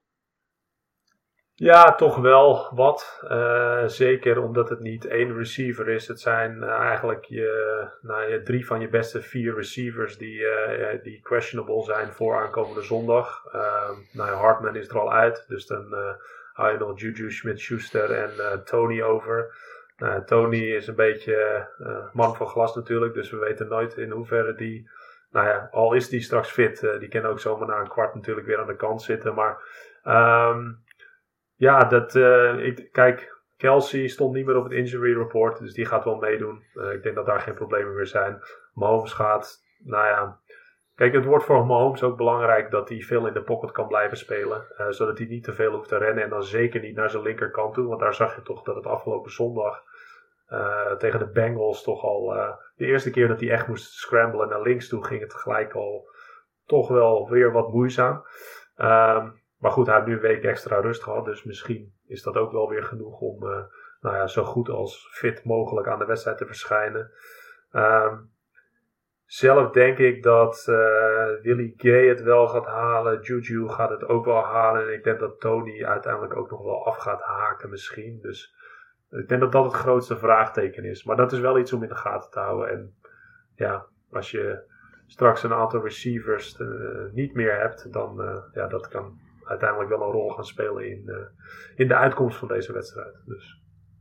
Ja, toch wel wat. Uh, zeker omdat het niet één receiver is. Het zijn uh, eigenlijk je, nou, je drie van je beste vier receivers die, uh, die questionable zijn voor aankomende zondag. Uh, nou ja, Hartman is er al uit, dus dan uh, hou je nog Juju Smith-Schuster en uh, Tony over. Uh, Tony is een beetje uh, man van glas natuurlijk, dus we weten nooit in hoeverre die... Nou ja, al is die straks fit, uh, die kan ook zomaar na een kwart natuurlijk weer aan de kant zitten, maar... Um, ja, dat, uh, ik, kijk, Kelsey stond niet meer op het injury report, dus die gaat wel meedoen. Uh, ik denk dat daar geen problemen meer zijn. Mahomes gaat, nou ja... Kijk, het wordt voor Mahomes ook belangrijk dat hij veel in de pocket kan blijven spelen. Uh, zodat hij niet te veel hoeft te rennen en dan zeker niet naar zijn linkerkant toe. Want daar zag je toch dat het afgelopen zondag uh, tegen de Bengals toch al... Uh, de eerste keer dat hij echt moest scramblen naar links toe ging het gelijk al toch wel weer wat moeizaam. Um, maar goed, hij heeft nu een week extra rust gehad. Dus misschien is dat ook wel weer genoeg om uh, nou ja, zo goed als fit mogelijk aan de wedstrijd te verschijnen. Um, Zelf denk ik dat uh, Willie Gay het wel gaat halen. Juju gaat het ook wel halen. En ik denk dat Tony uiteindelijk ook nog wel af gaat haken misschien. Dus ik denk dat dat het grootste vraagteken is. Maar dat is wel iets om in de gaten te houden. En ja, als je straks een aantal receivers uh, niet meer hebt, dan uh, ja, dat kan uiteindelijk wel een rol gaan spelen in, uh, in de uitkomst van deze wedstrijd. Dus.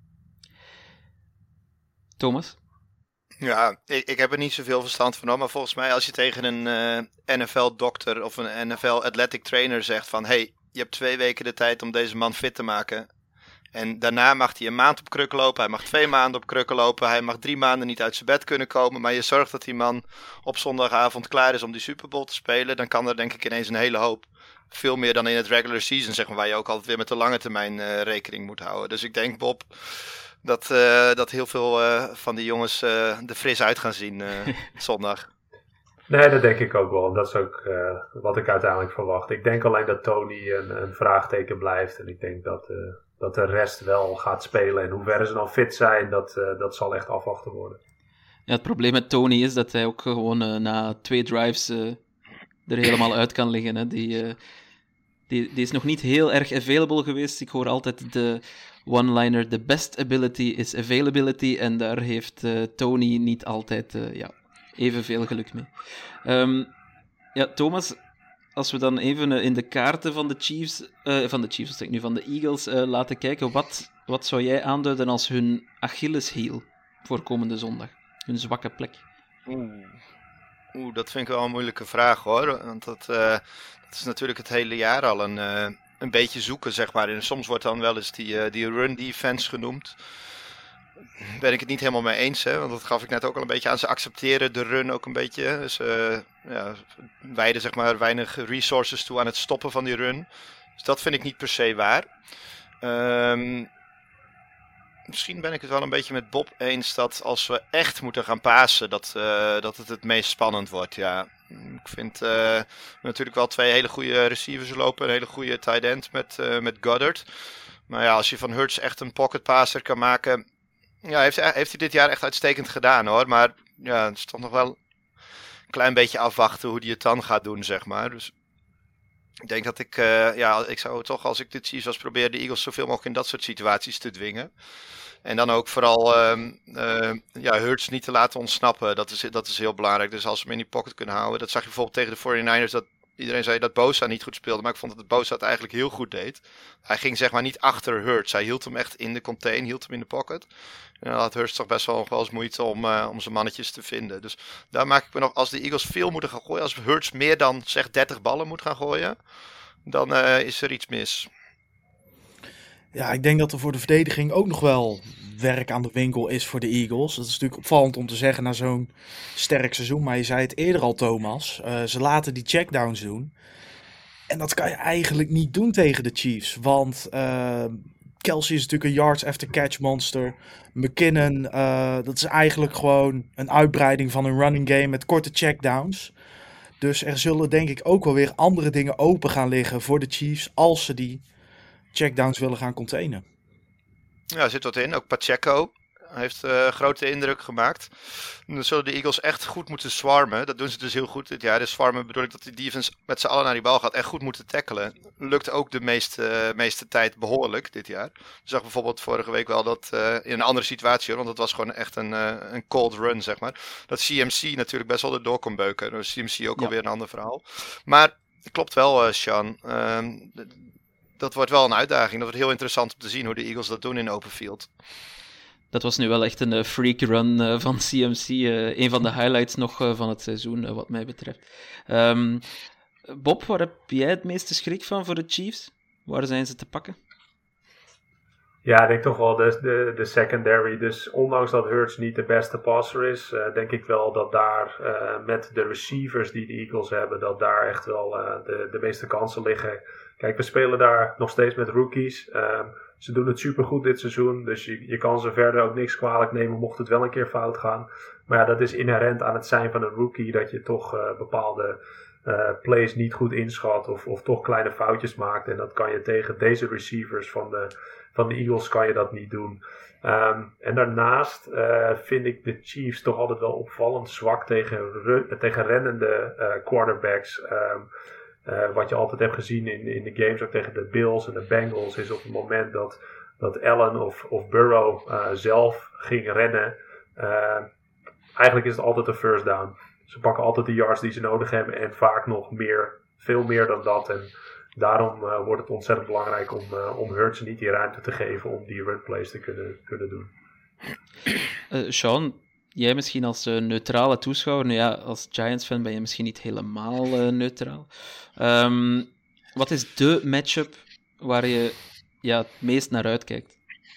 Thomas? Ja, ik, ik heb er niet zoveel verstand van, maar volgens mij als je tegen een uh, N F L-dokter of een N F L-athletic trainer zegt van hey, je hebt twee weken de tijd om deze man fit te maken. En daarna mag hij een maand op krukken lopen, hij mag twee maanden op krukken lopen, hij mag drie maanden niet uit zijn bed kunnen komen, maar je zorgt dat die man op zondagavond klaar is om die Super Bowl te spelen, dan kan er denk ik ineens een hele hoop. Veel meer dan in het regular season, zeg maar, waar je ook altijd weer met de lange termijn uh, rekening moet houden. Dus ik denk, Bob, dat, uh, dat heel veel uh, van die jongens uh, er fris uit gaan zien uh, zondag. Nee, dat denk ik ook wel. En dat is ook uh, wat ik uiteindelijk verwacht. Ik denk alleen dat Tony een, een vraagteken blijft. En ik denk dat, uh, dat de rest wel gaat spelen. En hoe ver ze dan fit zijn, dat, uh, dat zal echt afwachten worden. Ja, het probleem met Tony is dat hij ook gewoon uh, na twee drives uh, er helemaal uit kan liggen. Hè. Die, uh, die, die is nog niet heel erg available geweest. Ik hoor altijd de one-liner, the best ability is availability. En daar heeft uh, Tony niet altijd uh, ja, evenveel geluk mee. Um, ja, Thomas, als we dan even uh, in de kaarten van de Chiefs, uh, van de Chiefs, zeg ik nu, van de Eagles uh, laten kijken, wat, wat zou jij aanduiden als hun Achilleshiel voor komende zondag? Hun zwakke plek? Oeh. Oeh, dat vind ik wel een moeilijke vraag hoor. Want dat, uh, dat is natuurlijk het hele jaar al een, uh, een beetje zoeken, zeg maar. En soms wordt dan wel eens die, uh, die run defense genoemd. Daar ben ik het niet helemaal mee eens, hè. Want dat gaf ik net ook al een beetje aan. Ze accepteren de run ook een beetje. Dus uh, ja, wijden zeg maar weinig resources toe aan het stoppen van die run. Dus dat vind ik niet per se waar. Um, Misschien ben ik het wel een beetje met Bob eens dat als we echt moeten gaan pasen, dat, uh, dat het het meest spannend wordt. Ja, ik vind uh, natuurlijk wel twee hele goede receivers lopen, een hele goede tight end met, uh, met Goddard. Maar ja, als je van Hurts echt een pocket passer kan maken, ja, heeft, heeft hij dit jaar echt uitstekend gedaan hoor. Maar ja, het is toch nog wel een klein beetje afwachten hoe hij het dan gaat doen, zeg maar. Dus ik denk dat ik, uh, ja, ik zou toch als ik dit Chiefs was proberen de Eagles zoveel mogelijk in dat soort situaties te dwingen. En dan ook vooral uh, uh, ja, Hurts niet te laten ontsnappen. Dat is, dat is heel belangrijk. Dus als we hem in die pocket kunnen houden. Dat zag je bijvoorbeeld tegen de forty-niners. Dat iedereen zei dat Bosa niet goed speelde. Maar ik vond dat Bosa het eigenlijk heel goed deed. Hij ging zeg maar niet achter Hurts. Hij hield hem echt in de contain. Hield hem in de pocket. En dan had Hurts toch best wel, wel eens moeite om, uh, om zijn mannetjes te vinden. Dus daar maak ik me nog. Als de Eagles veel moeten gaan gooien. Als Hurts meer dan zeg dertig ballen moet gaan gooien. Dan uh, is er iets mis. Ja, ik denk dat er voor de verdediging ook nog wel werk aan de winkel is voor de Eagles. Dat is natuurlijk opvallend om te zeggen na zo'n sterk seizoen. Maar je zei het eerder al, Thomas. Uh, ze laten die checkdowns doen. En dat kan je eigenlijk niet doen tegen de Chiefs. Want uh, Kelsey is natuurlijk een yards after catch monster. McKinnon, uh, dat is eigenlijk gewoon een uitbreiding van een running game met korte checkdowns. Dus er zullen denk ik ook wel weer andere dingen open gaan liggen voor de Chiefs als ze die checkdowns willen gaan containen. Ja, er zit wat in. Ook Pacheco heeft uh, grote indruk gemaakt. En dan zullen de Eagles echt goed moeten swarmen. Dat doen ze dus heel goed dit jaar. Dus swarmen bedoel ik dat de defense met z'n allen naar die bal gaat. Echt goed moeten tackelen. Lukt ook de meeste, uh, meeste tijd behoorlijk dit jaar. Je zag bijvoorbeeld vorige week wel dat uh, in een andere situatie, want dat was gewoon echt een, uh, een cold run, zeg maar. Dat C M C natuurlijk best wel erdoor kon beuken. Dus C M C ook ja. alweer een ander verhaal. Maar het klopt wel, uh, Sean. Uh, dat wordt wel een uitdaging. Dat wordt heel interessant om te zien hoe de Eagles dat doen in open field. Dat was nu wel echt een uh, freak run uh, van C M C. Uh, een van de highlights nog uh, van het seizoen, uh, wat mij betreft. Um, Bob, waar heb jij het meeste schrik van voor de Chiefs? Waar zijn ze te pakken? Ja, ik denk toch wel de, de, de secondary. Dus ondanks dat Hurts niet de beste passer is, uh, denk ik wel dat daar uh, met de receivers die de Eagles hebben, dat daar echt wel uh, de, de meeste kansen liggen. Kijk, we spelen daar nog steeds met rookies. Um, ze doen het supergoed dit seizoen, dus je, je kan ze verder ook niks kwalijk nemen mocht het wel een keer fout gaan. Maar ja, dat is inherent aan het zijn van een rookie, dat je toch uh, bepaalde uh, plays niet goed inschat of, of toch kleine foutjes maakt. En dat kan je tegen deze receivers van de... Van de Eagles kan je dat niet doen. Um, en daarnaast uh, vind ik de Chiefs toch altijd wel opvallend zwak tegen, ru- tegen rennende uh, quarterbacks. Um, uh, wat je altijd hebt gezien in, in de games ook tegen de Bills en de Bengals is op het moment dat, dat Allen of, of Burrow uh, zelf ging rennen. Uh, eigenlijk is het altijd een first down. Ze pakken altijd de yards die ze nodig hebben en vaak nog meer, veel meer dan dat. En daarom uh, wordt het ontzettend belangrijk om, uh, om Hurts niet die ruimte te geven om die runplays te kunnen, kunnen doen. Uh, Sean, jij misschien als uh, neutrale toeschouwer, nou ja, als Giants-fan ben je misschien niet helemaal uh, neutraal. Um, wat is de matchup waar je ja, het meest naar uitkijkt?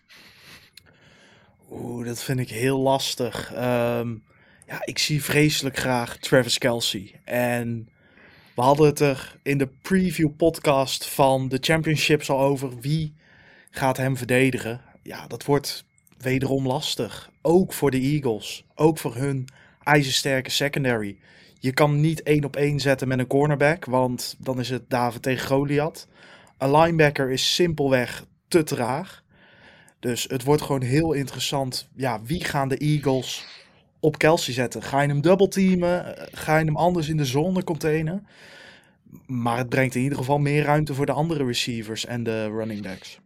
Oeh, dat vind ik heel lastig. Um, ja, ik zie vreselijk graag Travis Kelce. En we hadden het er in de preview podcast van de championships al over. Wie gaat hem verdedigen? Ja, dat wordt wederom lastig. Ook voor de Eagles. Ook voor hun ijzersterke secondary. Je kan niet één op één zetten met een cornerback, want dan is het David tegen Goliath. Een linebacker is simpelweg te traag. Dus het wordt gewoon heel interessant. Ja, wie gaan de Eagles op Kelce zetten? Ga je hem double teamen? Ga je hem anders in de zone containen? Maar het brengt in ieder geval meer ruimte voor de andere receivers en de running backs.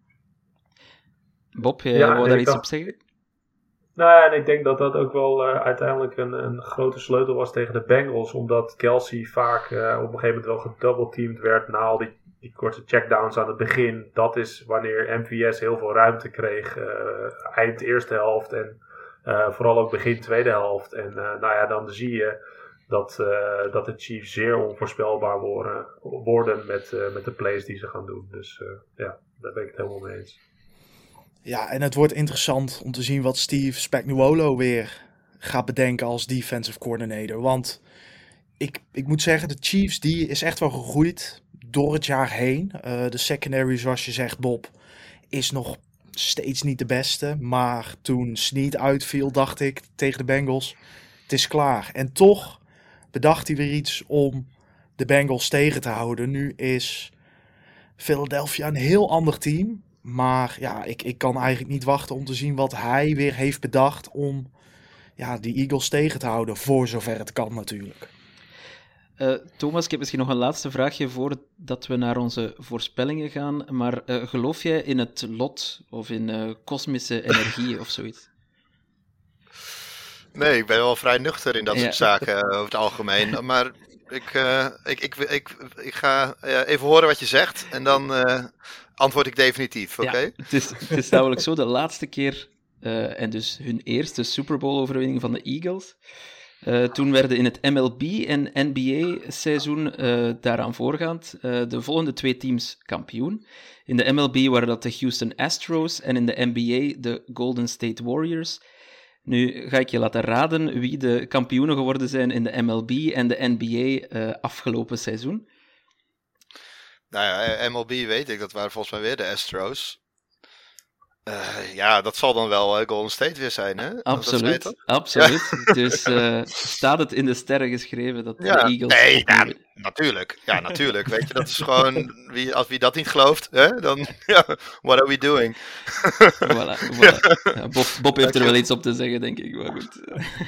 Bob, jij Ja, wou en daar ik iets dacht- op zeggen? Nou, en ik denk dat dat ook wel uh, uiteindelijk een, een grote sleutel was tegen de Bengals. Omdat Kelce vaak uh, op een gegeven moment wel gedoubleteamd werd na al die, die korte checkdowns aan het begin. Dat is wanneer M V S heel veel ruimte kreeg. Uh, eind eerste helft en uh, vooral ook begin tweede helft. En uh, nou ja, dan zie je dat, uh, dat de Chiefs zeer onvoorspelbaar worden, worden met, uh, met de plays die ze gaan doen. Dus uh, ja, daar ben ik het helemaal mee eens. Ja, en het wordt interessant om te zien wat Steve Spagnuolo weer gaat bedenken als defensive coordinator. Want ik, ik moet zeggen, de Chiefs die is echt wel gegroeid door het jaar heen. Uh, de secondary, zoals je zegt, Bob, is nog steeds niet de beste. Maar toen Snead uitviel, dacht ik tegen de Bengals, het is klaar. En toch bedacht hij weer iets om de Bengals tegen te houden. Nu is Philadelphia een heel ander team. Maar ja, ik, ik kan eigenlijk niet wachten om te zien wat hij weer heeft bedacht om ja, die Eagles tegen te houden. Voor zover het kan natuurlijk. Uh, Thomas, ik heb misschien nog een laatste vraagje voordat we naar onze voorspellingen gaan. Maar uh, geloof jij in het lot of in uh, kosmische energie of zoiets? Nee, ik ben wel vrij nuchter in dat Ja. soort zaken uh, over het algemeen. Maar ik, uh, ik, ik, ik, ik ga uh, even horen wat je zegt en dan uh, antwoord ik definitief, oké? Ja, het, is, het is namelijk zo, de laatste keer, uh, en dus hun eerste Super Bowl-overwinning van de Eagles. Uh, toen werden in het M L B en N B A-seizoen uh, daaraan voorgaand uh, de volgende twee teams kampioen. In de M L B waren dat de Houston Astros en in de N B A de Golden State Warriors. Nu ga ik je laten raden wie de kampioenen geworden zijn in de M L B en de N B A uh, afgelopen seizoen. Nou ja, M L B weet ik, dat waren volgens mij weer de Astros. Uh, ja, dat zal dan wel uh, Golden State weer zijn, hè? Absoluut, dat absoluut. Ja. Dus uh, staat het in de sterren geschreven dat ja, de Eagles... Nee, ja, natuurlijk. Ja, natuurlijk. Weet je, dat is gewoon... Wie, als wie dat niet gelooft, hè, dan... Ja, what are we doing? Voilà, voilà. Ja, Bob, Bob heeft er wel iets op te zeggen, denk ik. Maar goed.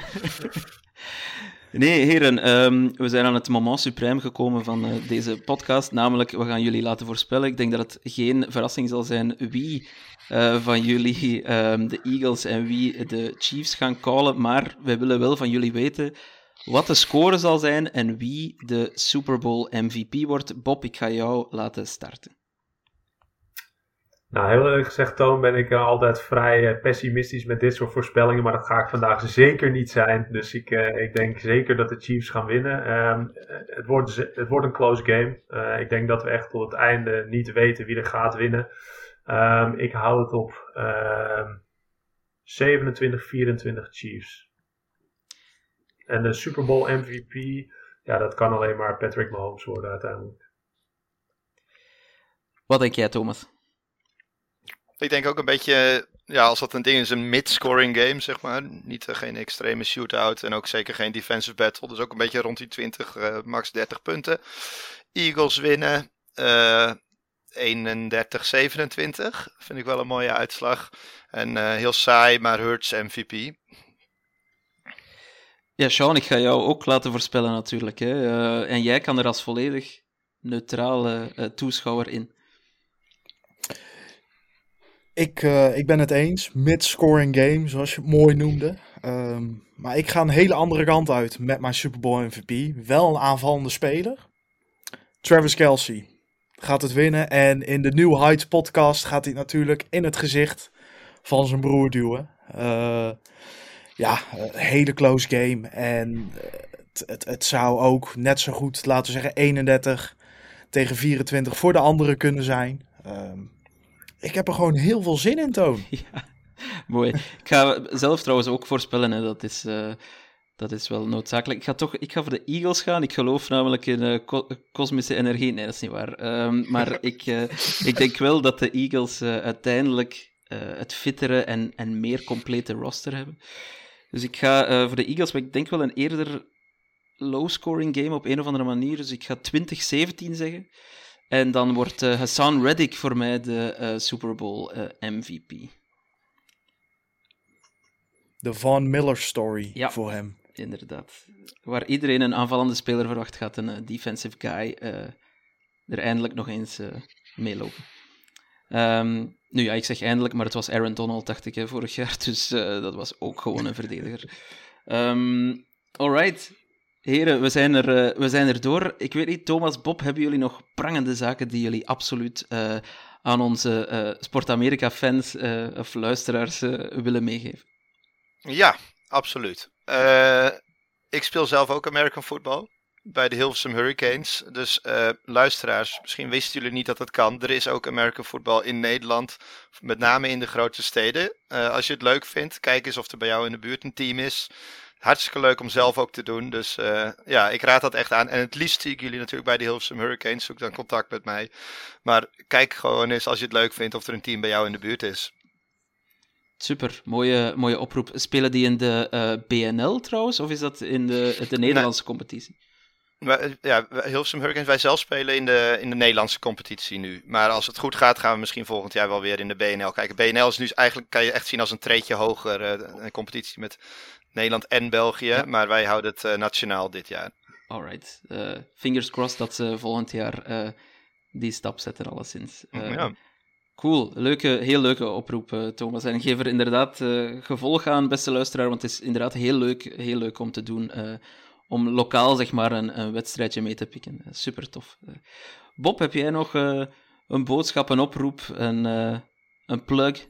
Nee, heren, um, we zijn aan het moment suprême gekomen van uh, deze podcast. Namelijk, we gaan jullie laten voorspellen. Ik denk dat het geen verrassing zal zijn wie uh, van jullie um, de Eagles en wie de Chiefs gaan callen. Maar we willen wel van jullie weten wat de score zal zijn en wie de Super Bowl M V P wordt. Bob, ik ga jou laten starten. Nou, heel eerlijk gezegd, Toon, ben ik uh, altijd vrij uh, pessimistisch met dit soort voorspellingen. Maar dat ga ik vandaag zeker niet zijn. Dus ik, uh, ik denk zeker dat de Chiefs gaan winnen. Um, het, wordt, het wordt een close game. Uh, ik denk dat we echt tot het einde niet weten wie er gaat winnen. Um, ik hou het op uh, zevenentwintig vierentwintig Chiefs. En de Super Bowl M V P, ja, dat kan alleen maar Patrick Mahomes worden uiteindelijk. Wat denk jij, Thomas? Ik denk ook een beetje, ja, als dat een ding is, een mid-scoring game, zeg maar. Niet, uh, geen extreme shootout en ook zeker geen defensive battle. Dus ook een beetje rond die twintig, uh, max dertig punten. Eagles winnen uh, eenendertig zevenentwintig. Vind ik wel een mooie uitslag. En uh, heel saai, maar Hurts M V P. Ja, Sean, ik ga jou ook laten voorspellen natuurlijk. Hè. Uh, en jij kan er als volledig neutrale uh, toeschouwer in. Ik, uh, ik ben het eens. Mid-scoring game, zoals je het mooi noemde. Um, maar ik ga een hele andere kant uit met mijn Super Bowl M V P. Wel een aanvallende speler. Travis Kelce gaat het winnen. En in de New Heights podcast gaat hij natuurlijk in het gezicht van zijn broer duwen. Uh, ja, een hele close game. En het, het, het zou ook net zo goed, laten we zeggen, eenendertig tegen vierentwintig voor de anderen kunnen zijn. Um, Ik heb er gewoon heel veel zin in, Toon. Ja, mooi. Ik ga zelf trouwens ook voorspellen, hè. Dat, is, uh, dat is wel noodzakelijk. Ik ga, toch, ik ga voor de Eagles gaan. Ik geloof namelijk in uh, ko- kosmische energie. Nee, dat is niet waar. Um, maar ik, uh, ik denk wel dat de Eagles uh, uiteindelijk uh, het fittere en, en meer complete roster hebben. Dus ik ga uh, voor de Eagles, maar ik denk wel een eerder low-scoring game op een of andere manier. Dus ik ga twintig zeventien zeggen. En dan wordt uh, Hassan Reddick voor mij de uh, Super Bowl uh, M V P. De Von Miller story ja, voor hem. Inderdaad. Waar iedereen een aanvallende speler verwacht, gaat een uh, defensive guy uh, er eindelijk nog eens uh, meelopen. Um, nu ja, ik zeg eindelijk, maar het was Aaron Donald, dacht ik, hè, vorig jaar. Dus uh, dat was ook gewoon een verdediger. Um, alright. Heren, we zijn, er, uh, we zijn er door. Ik weet niet, Thomas, Bob, hebben jullie nog prangende zaken die jullie absoluut uh, aan onze uh, Sport Amerika-fans uh, of luisteraars uh, willen meegeven? Ja, absoluut. Uh, ik speel zelf ook American football bij de Hilversum Hurricanes. Dus uh, luisteraars, misschien wisten jullie niet dat het kan. Er is ook American football in Nederland, met name in de grote steden. Uh, als je het leuk vindt, kijk eens of er bij jou in de buurt een team is. Hartstikke leuk om zelf ook te doen. Dus uh, ja, ik raad dat echt aan. En het liefst zie ik jullie natuurlijk bij de Hilversum Hurricanes. Zoek dan contact met mij. Maar kijk gewoon eens als je het leuk vindt of er een team bij jou in de buurt is. Super, mooie, mooie oproep. Spelen die in de uh, B N L trouwens? Of is dat in de, de Nederlandse nee. competitie? Ja, Hilversum Hurricanes, wij zelf spelen in de, in de Nederlandse competitie nu. Maar als het goed gaat, gaan we misschien volgend jaar wel weer in de B N L kijken. B N L is nu eigenlijk, kan je echt zien als een treedje hoger. Uh, een competitie met Nederland en België. Ja. Maar wij houden het uh, nationaal dit jaar. Alright. Uh, fingers crossed dat ze volgend jaar uh, die stap zetten, alleszins. Uh, ja. Cool. Leuke, heel leuke oproep, uh, Thomas. En geef er inderdaad uh, gevolg aan, beste luisteraar. Want het is inderdaad heel leuk, heel leuk om te doen. Uh, om lokaal, zeg maar, een, een wedstrijdje mee te pikken. Uh, super tof. Uh, Bob, heb jij nog uh, een boodschap, een oproep, een, uh, een plug?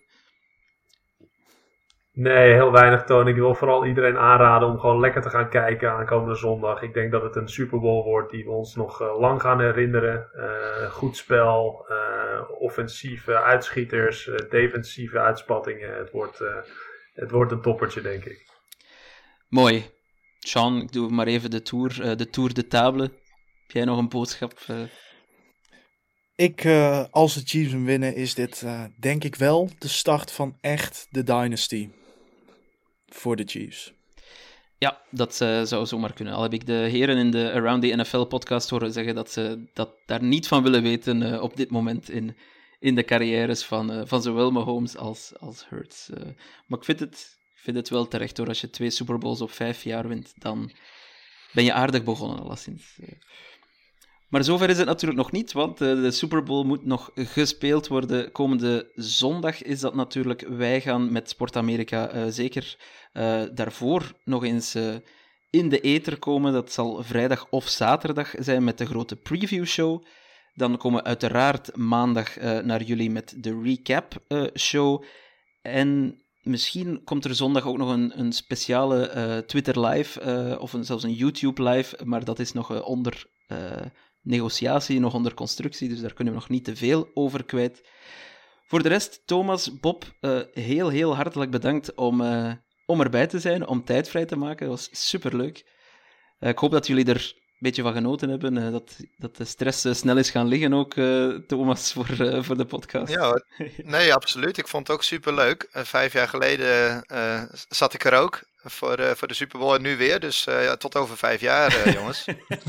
Nee, heel weinig, Toon. Ik wil vooral iedereen aanraden om gewoon lekker te gaan kijken aankomende zondag. Ik denk dat het een Super Bowl wordt die we ons nog uh, lang gaan herinneren. Uh, goed spel, uh, offensieve uitschieters, uh, defensieve uitspattingen. Het wordt, uh, het wordt een toppertje, denk ik. Mooi. Sean, ik doe maar even de tour, uh, de tour de table. Heb jij nog een boodschap? Uh... Ik, uh, als de Chiefs hem winnen, is dit uh, denk ik wel de start van echt de dynasty. Voor de Chiefs. Ja, dat uh, zou zomaar kunnen. Al heb ik de heren in de Around the N F L podcast horen zeggen dat ze dat daar niet van willen weten uh, op dit moment in, in de carrières van, uh, van zowel Mahomes als, als Hurts. Uh, maar ik vind, het, ik vind het wel terecht hoor. Als je twee Super Bowls op vijf jaar wint, dan ben je aardig begonnen alleszins. Uh, Maar zover is het natuurlijk nog niet, want uh, de Super Bowl moet nog gespeeld worden. Komende zondag is dat natuurlijk. Wij gaan met Sport Amerika uh, zeker uh, daarvoor nog eens uh, in de ether komen. Dat zal vrijdag of zaterdag zijn met de grote preview show. Dan komen we uiteraard maandag uh, naar jullie met de recap uh, show. En misschien komt er zondag ook nog een, een speciale uh, Twitter live, uh, of een, zelfs een YouTube live, maar dat is nog uh, onder uh, negociatie, nog onder constructie, dus daar kunnen we nog niet te veel over kwijt. Voor de rest, Thomas, Bob, uh, heel, heel hartelijk bedankt om, uh, om erbij te zijn, om tijd vrij te maken. Dat was superleuk. Uh, ik hoop dat jullie er een beetje van genoten hebben, uh, dat, dat de stress uh, snel is gaan liggen ook, uh, Thomas, voor, uh, voor de podcast. Ja, nee, absoluut. Ik vond het ook superleuk. Uh, vijf jaar geleden uh, zat ik er ook voor, uh, voor de Super Bowl en nu weer, dus uh, ja, tot over vijf jaar, uh, jongens.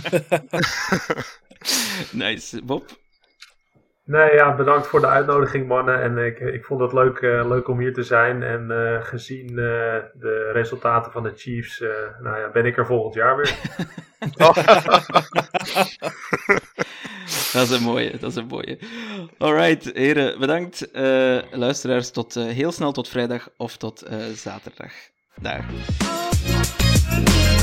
Nice. Bob? Nee, ja, bedankt voor de uitnodiging, mannen. En ik, ik vond het leuk, uh, leuk om hier te zijn. En uh, gezien uh, de resultaten van de Chiefs, uh, nou ja, ben ik er volgend jaar weer. Dat is een mooie, dat is een mooie. Alright, heren, bedankt. Uh, luisteraars, tot uh, heel snel tot vrijdag of tot uh, zaterdag. Dag.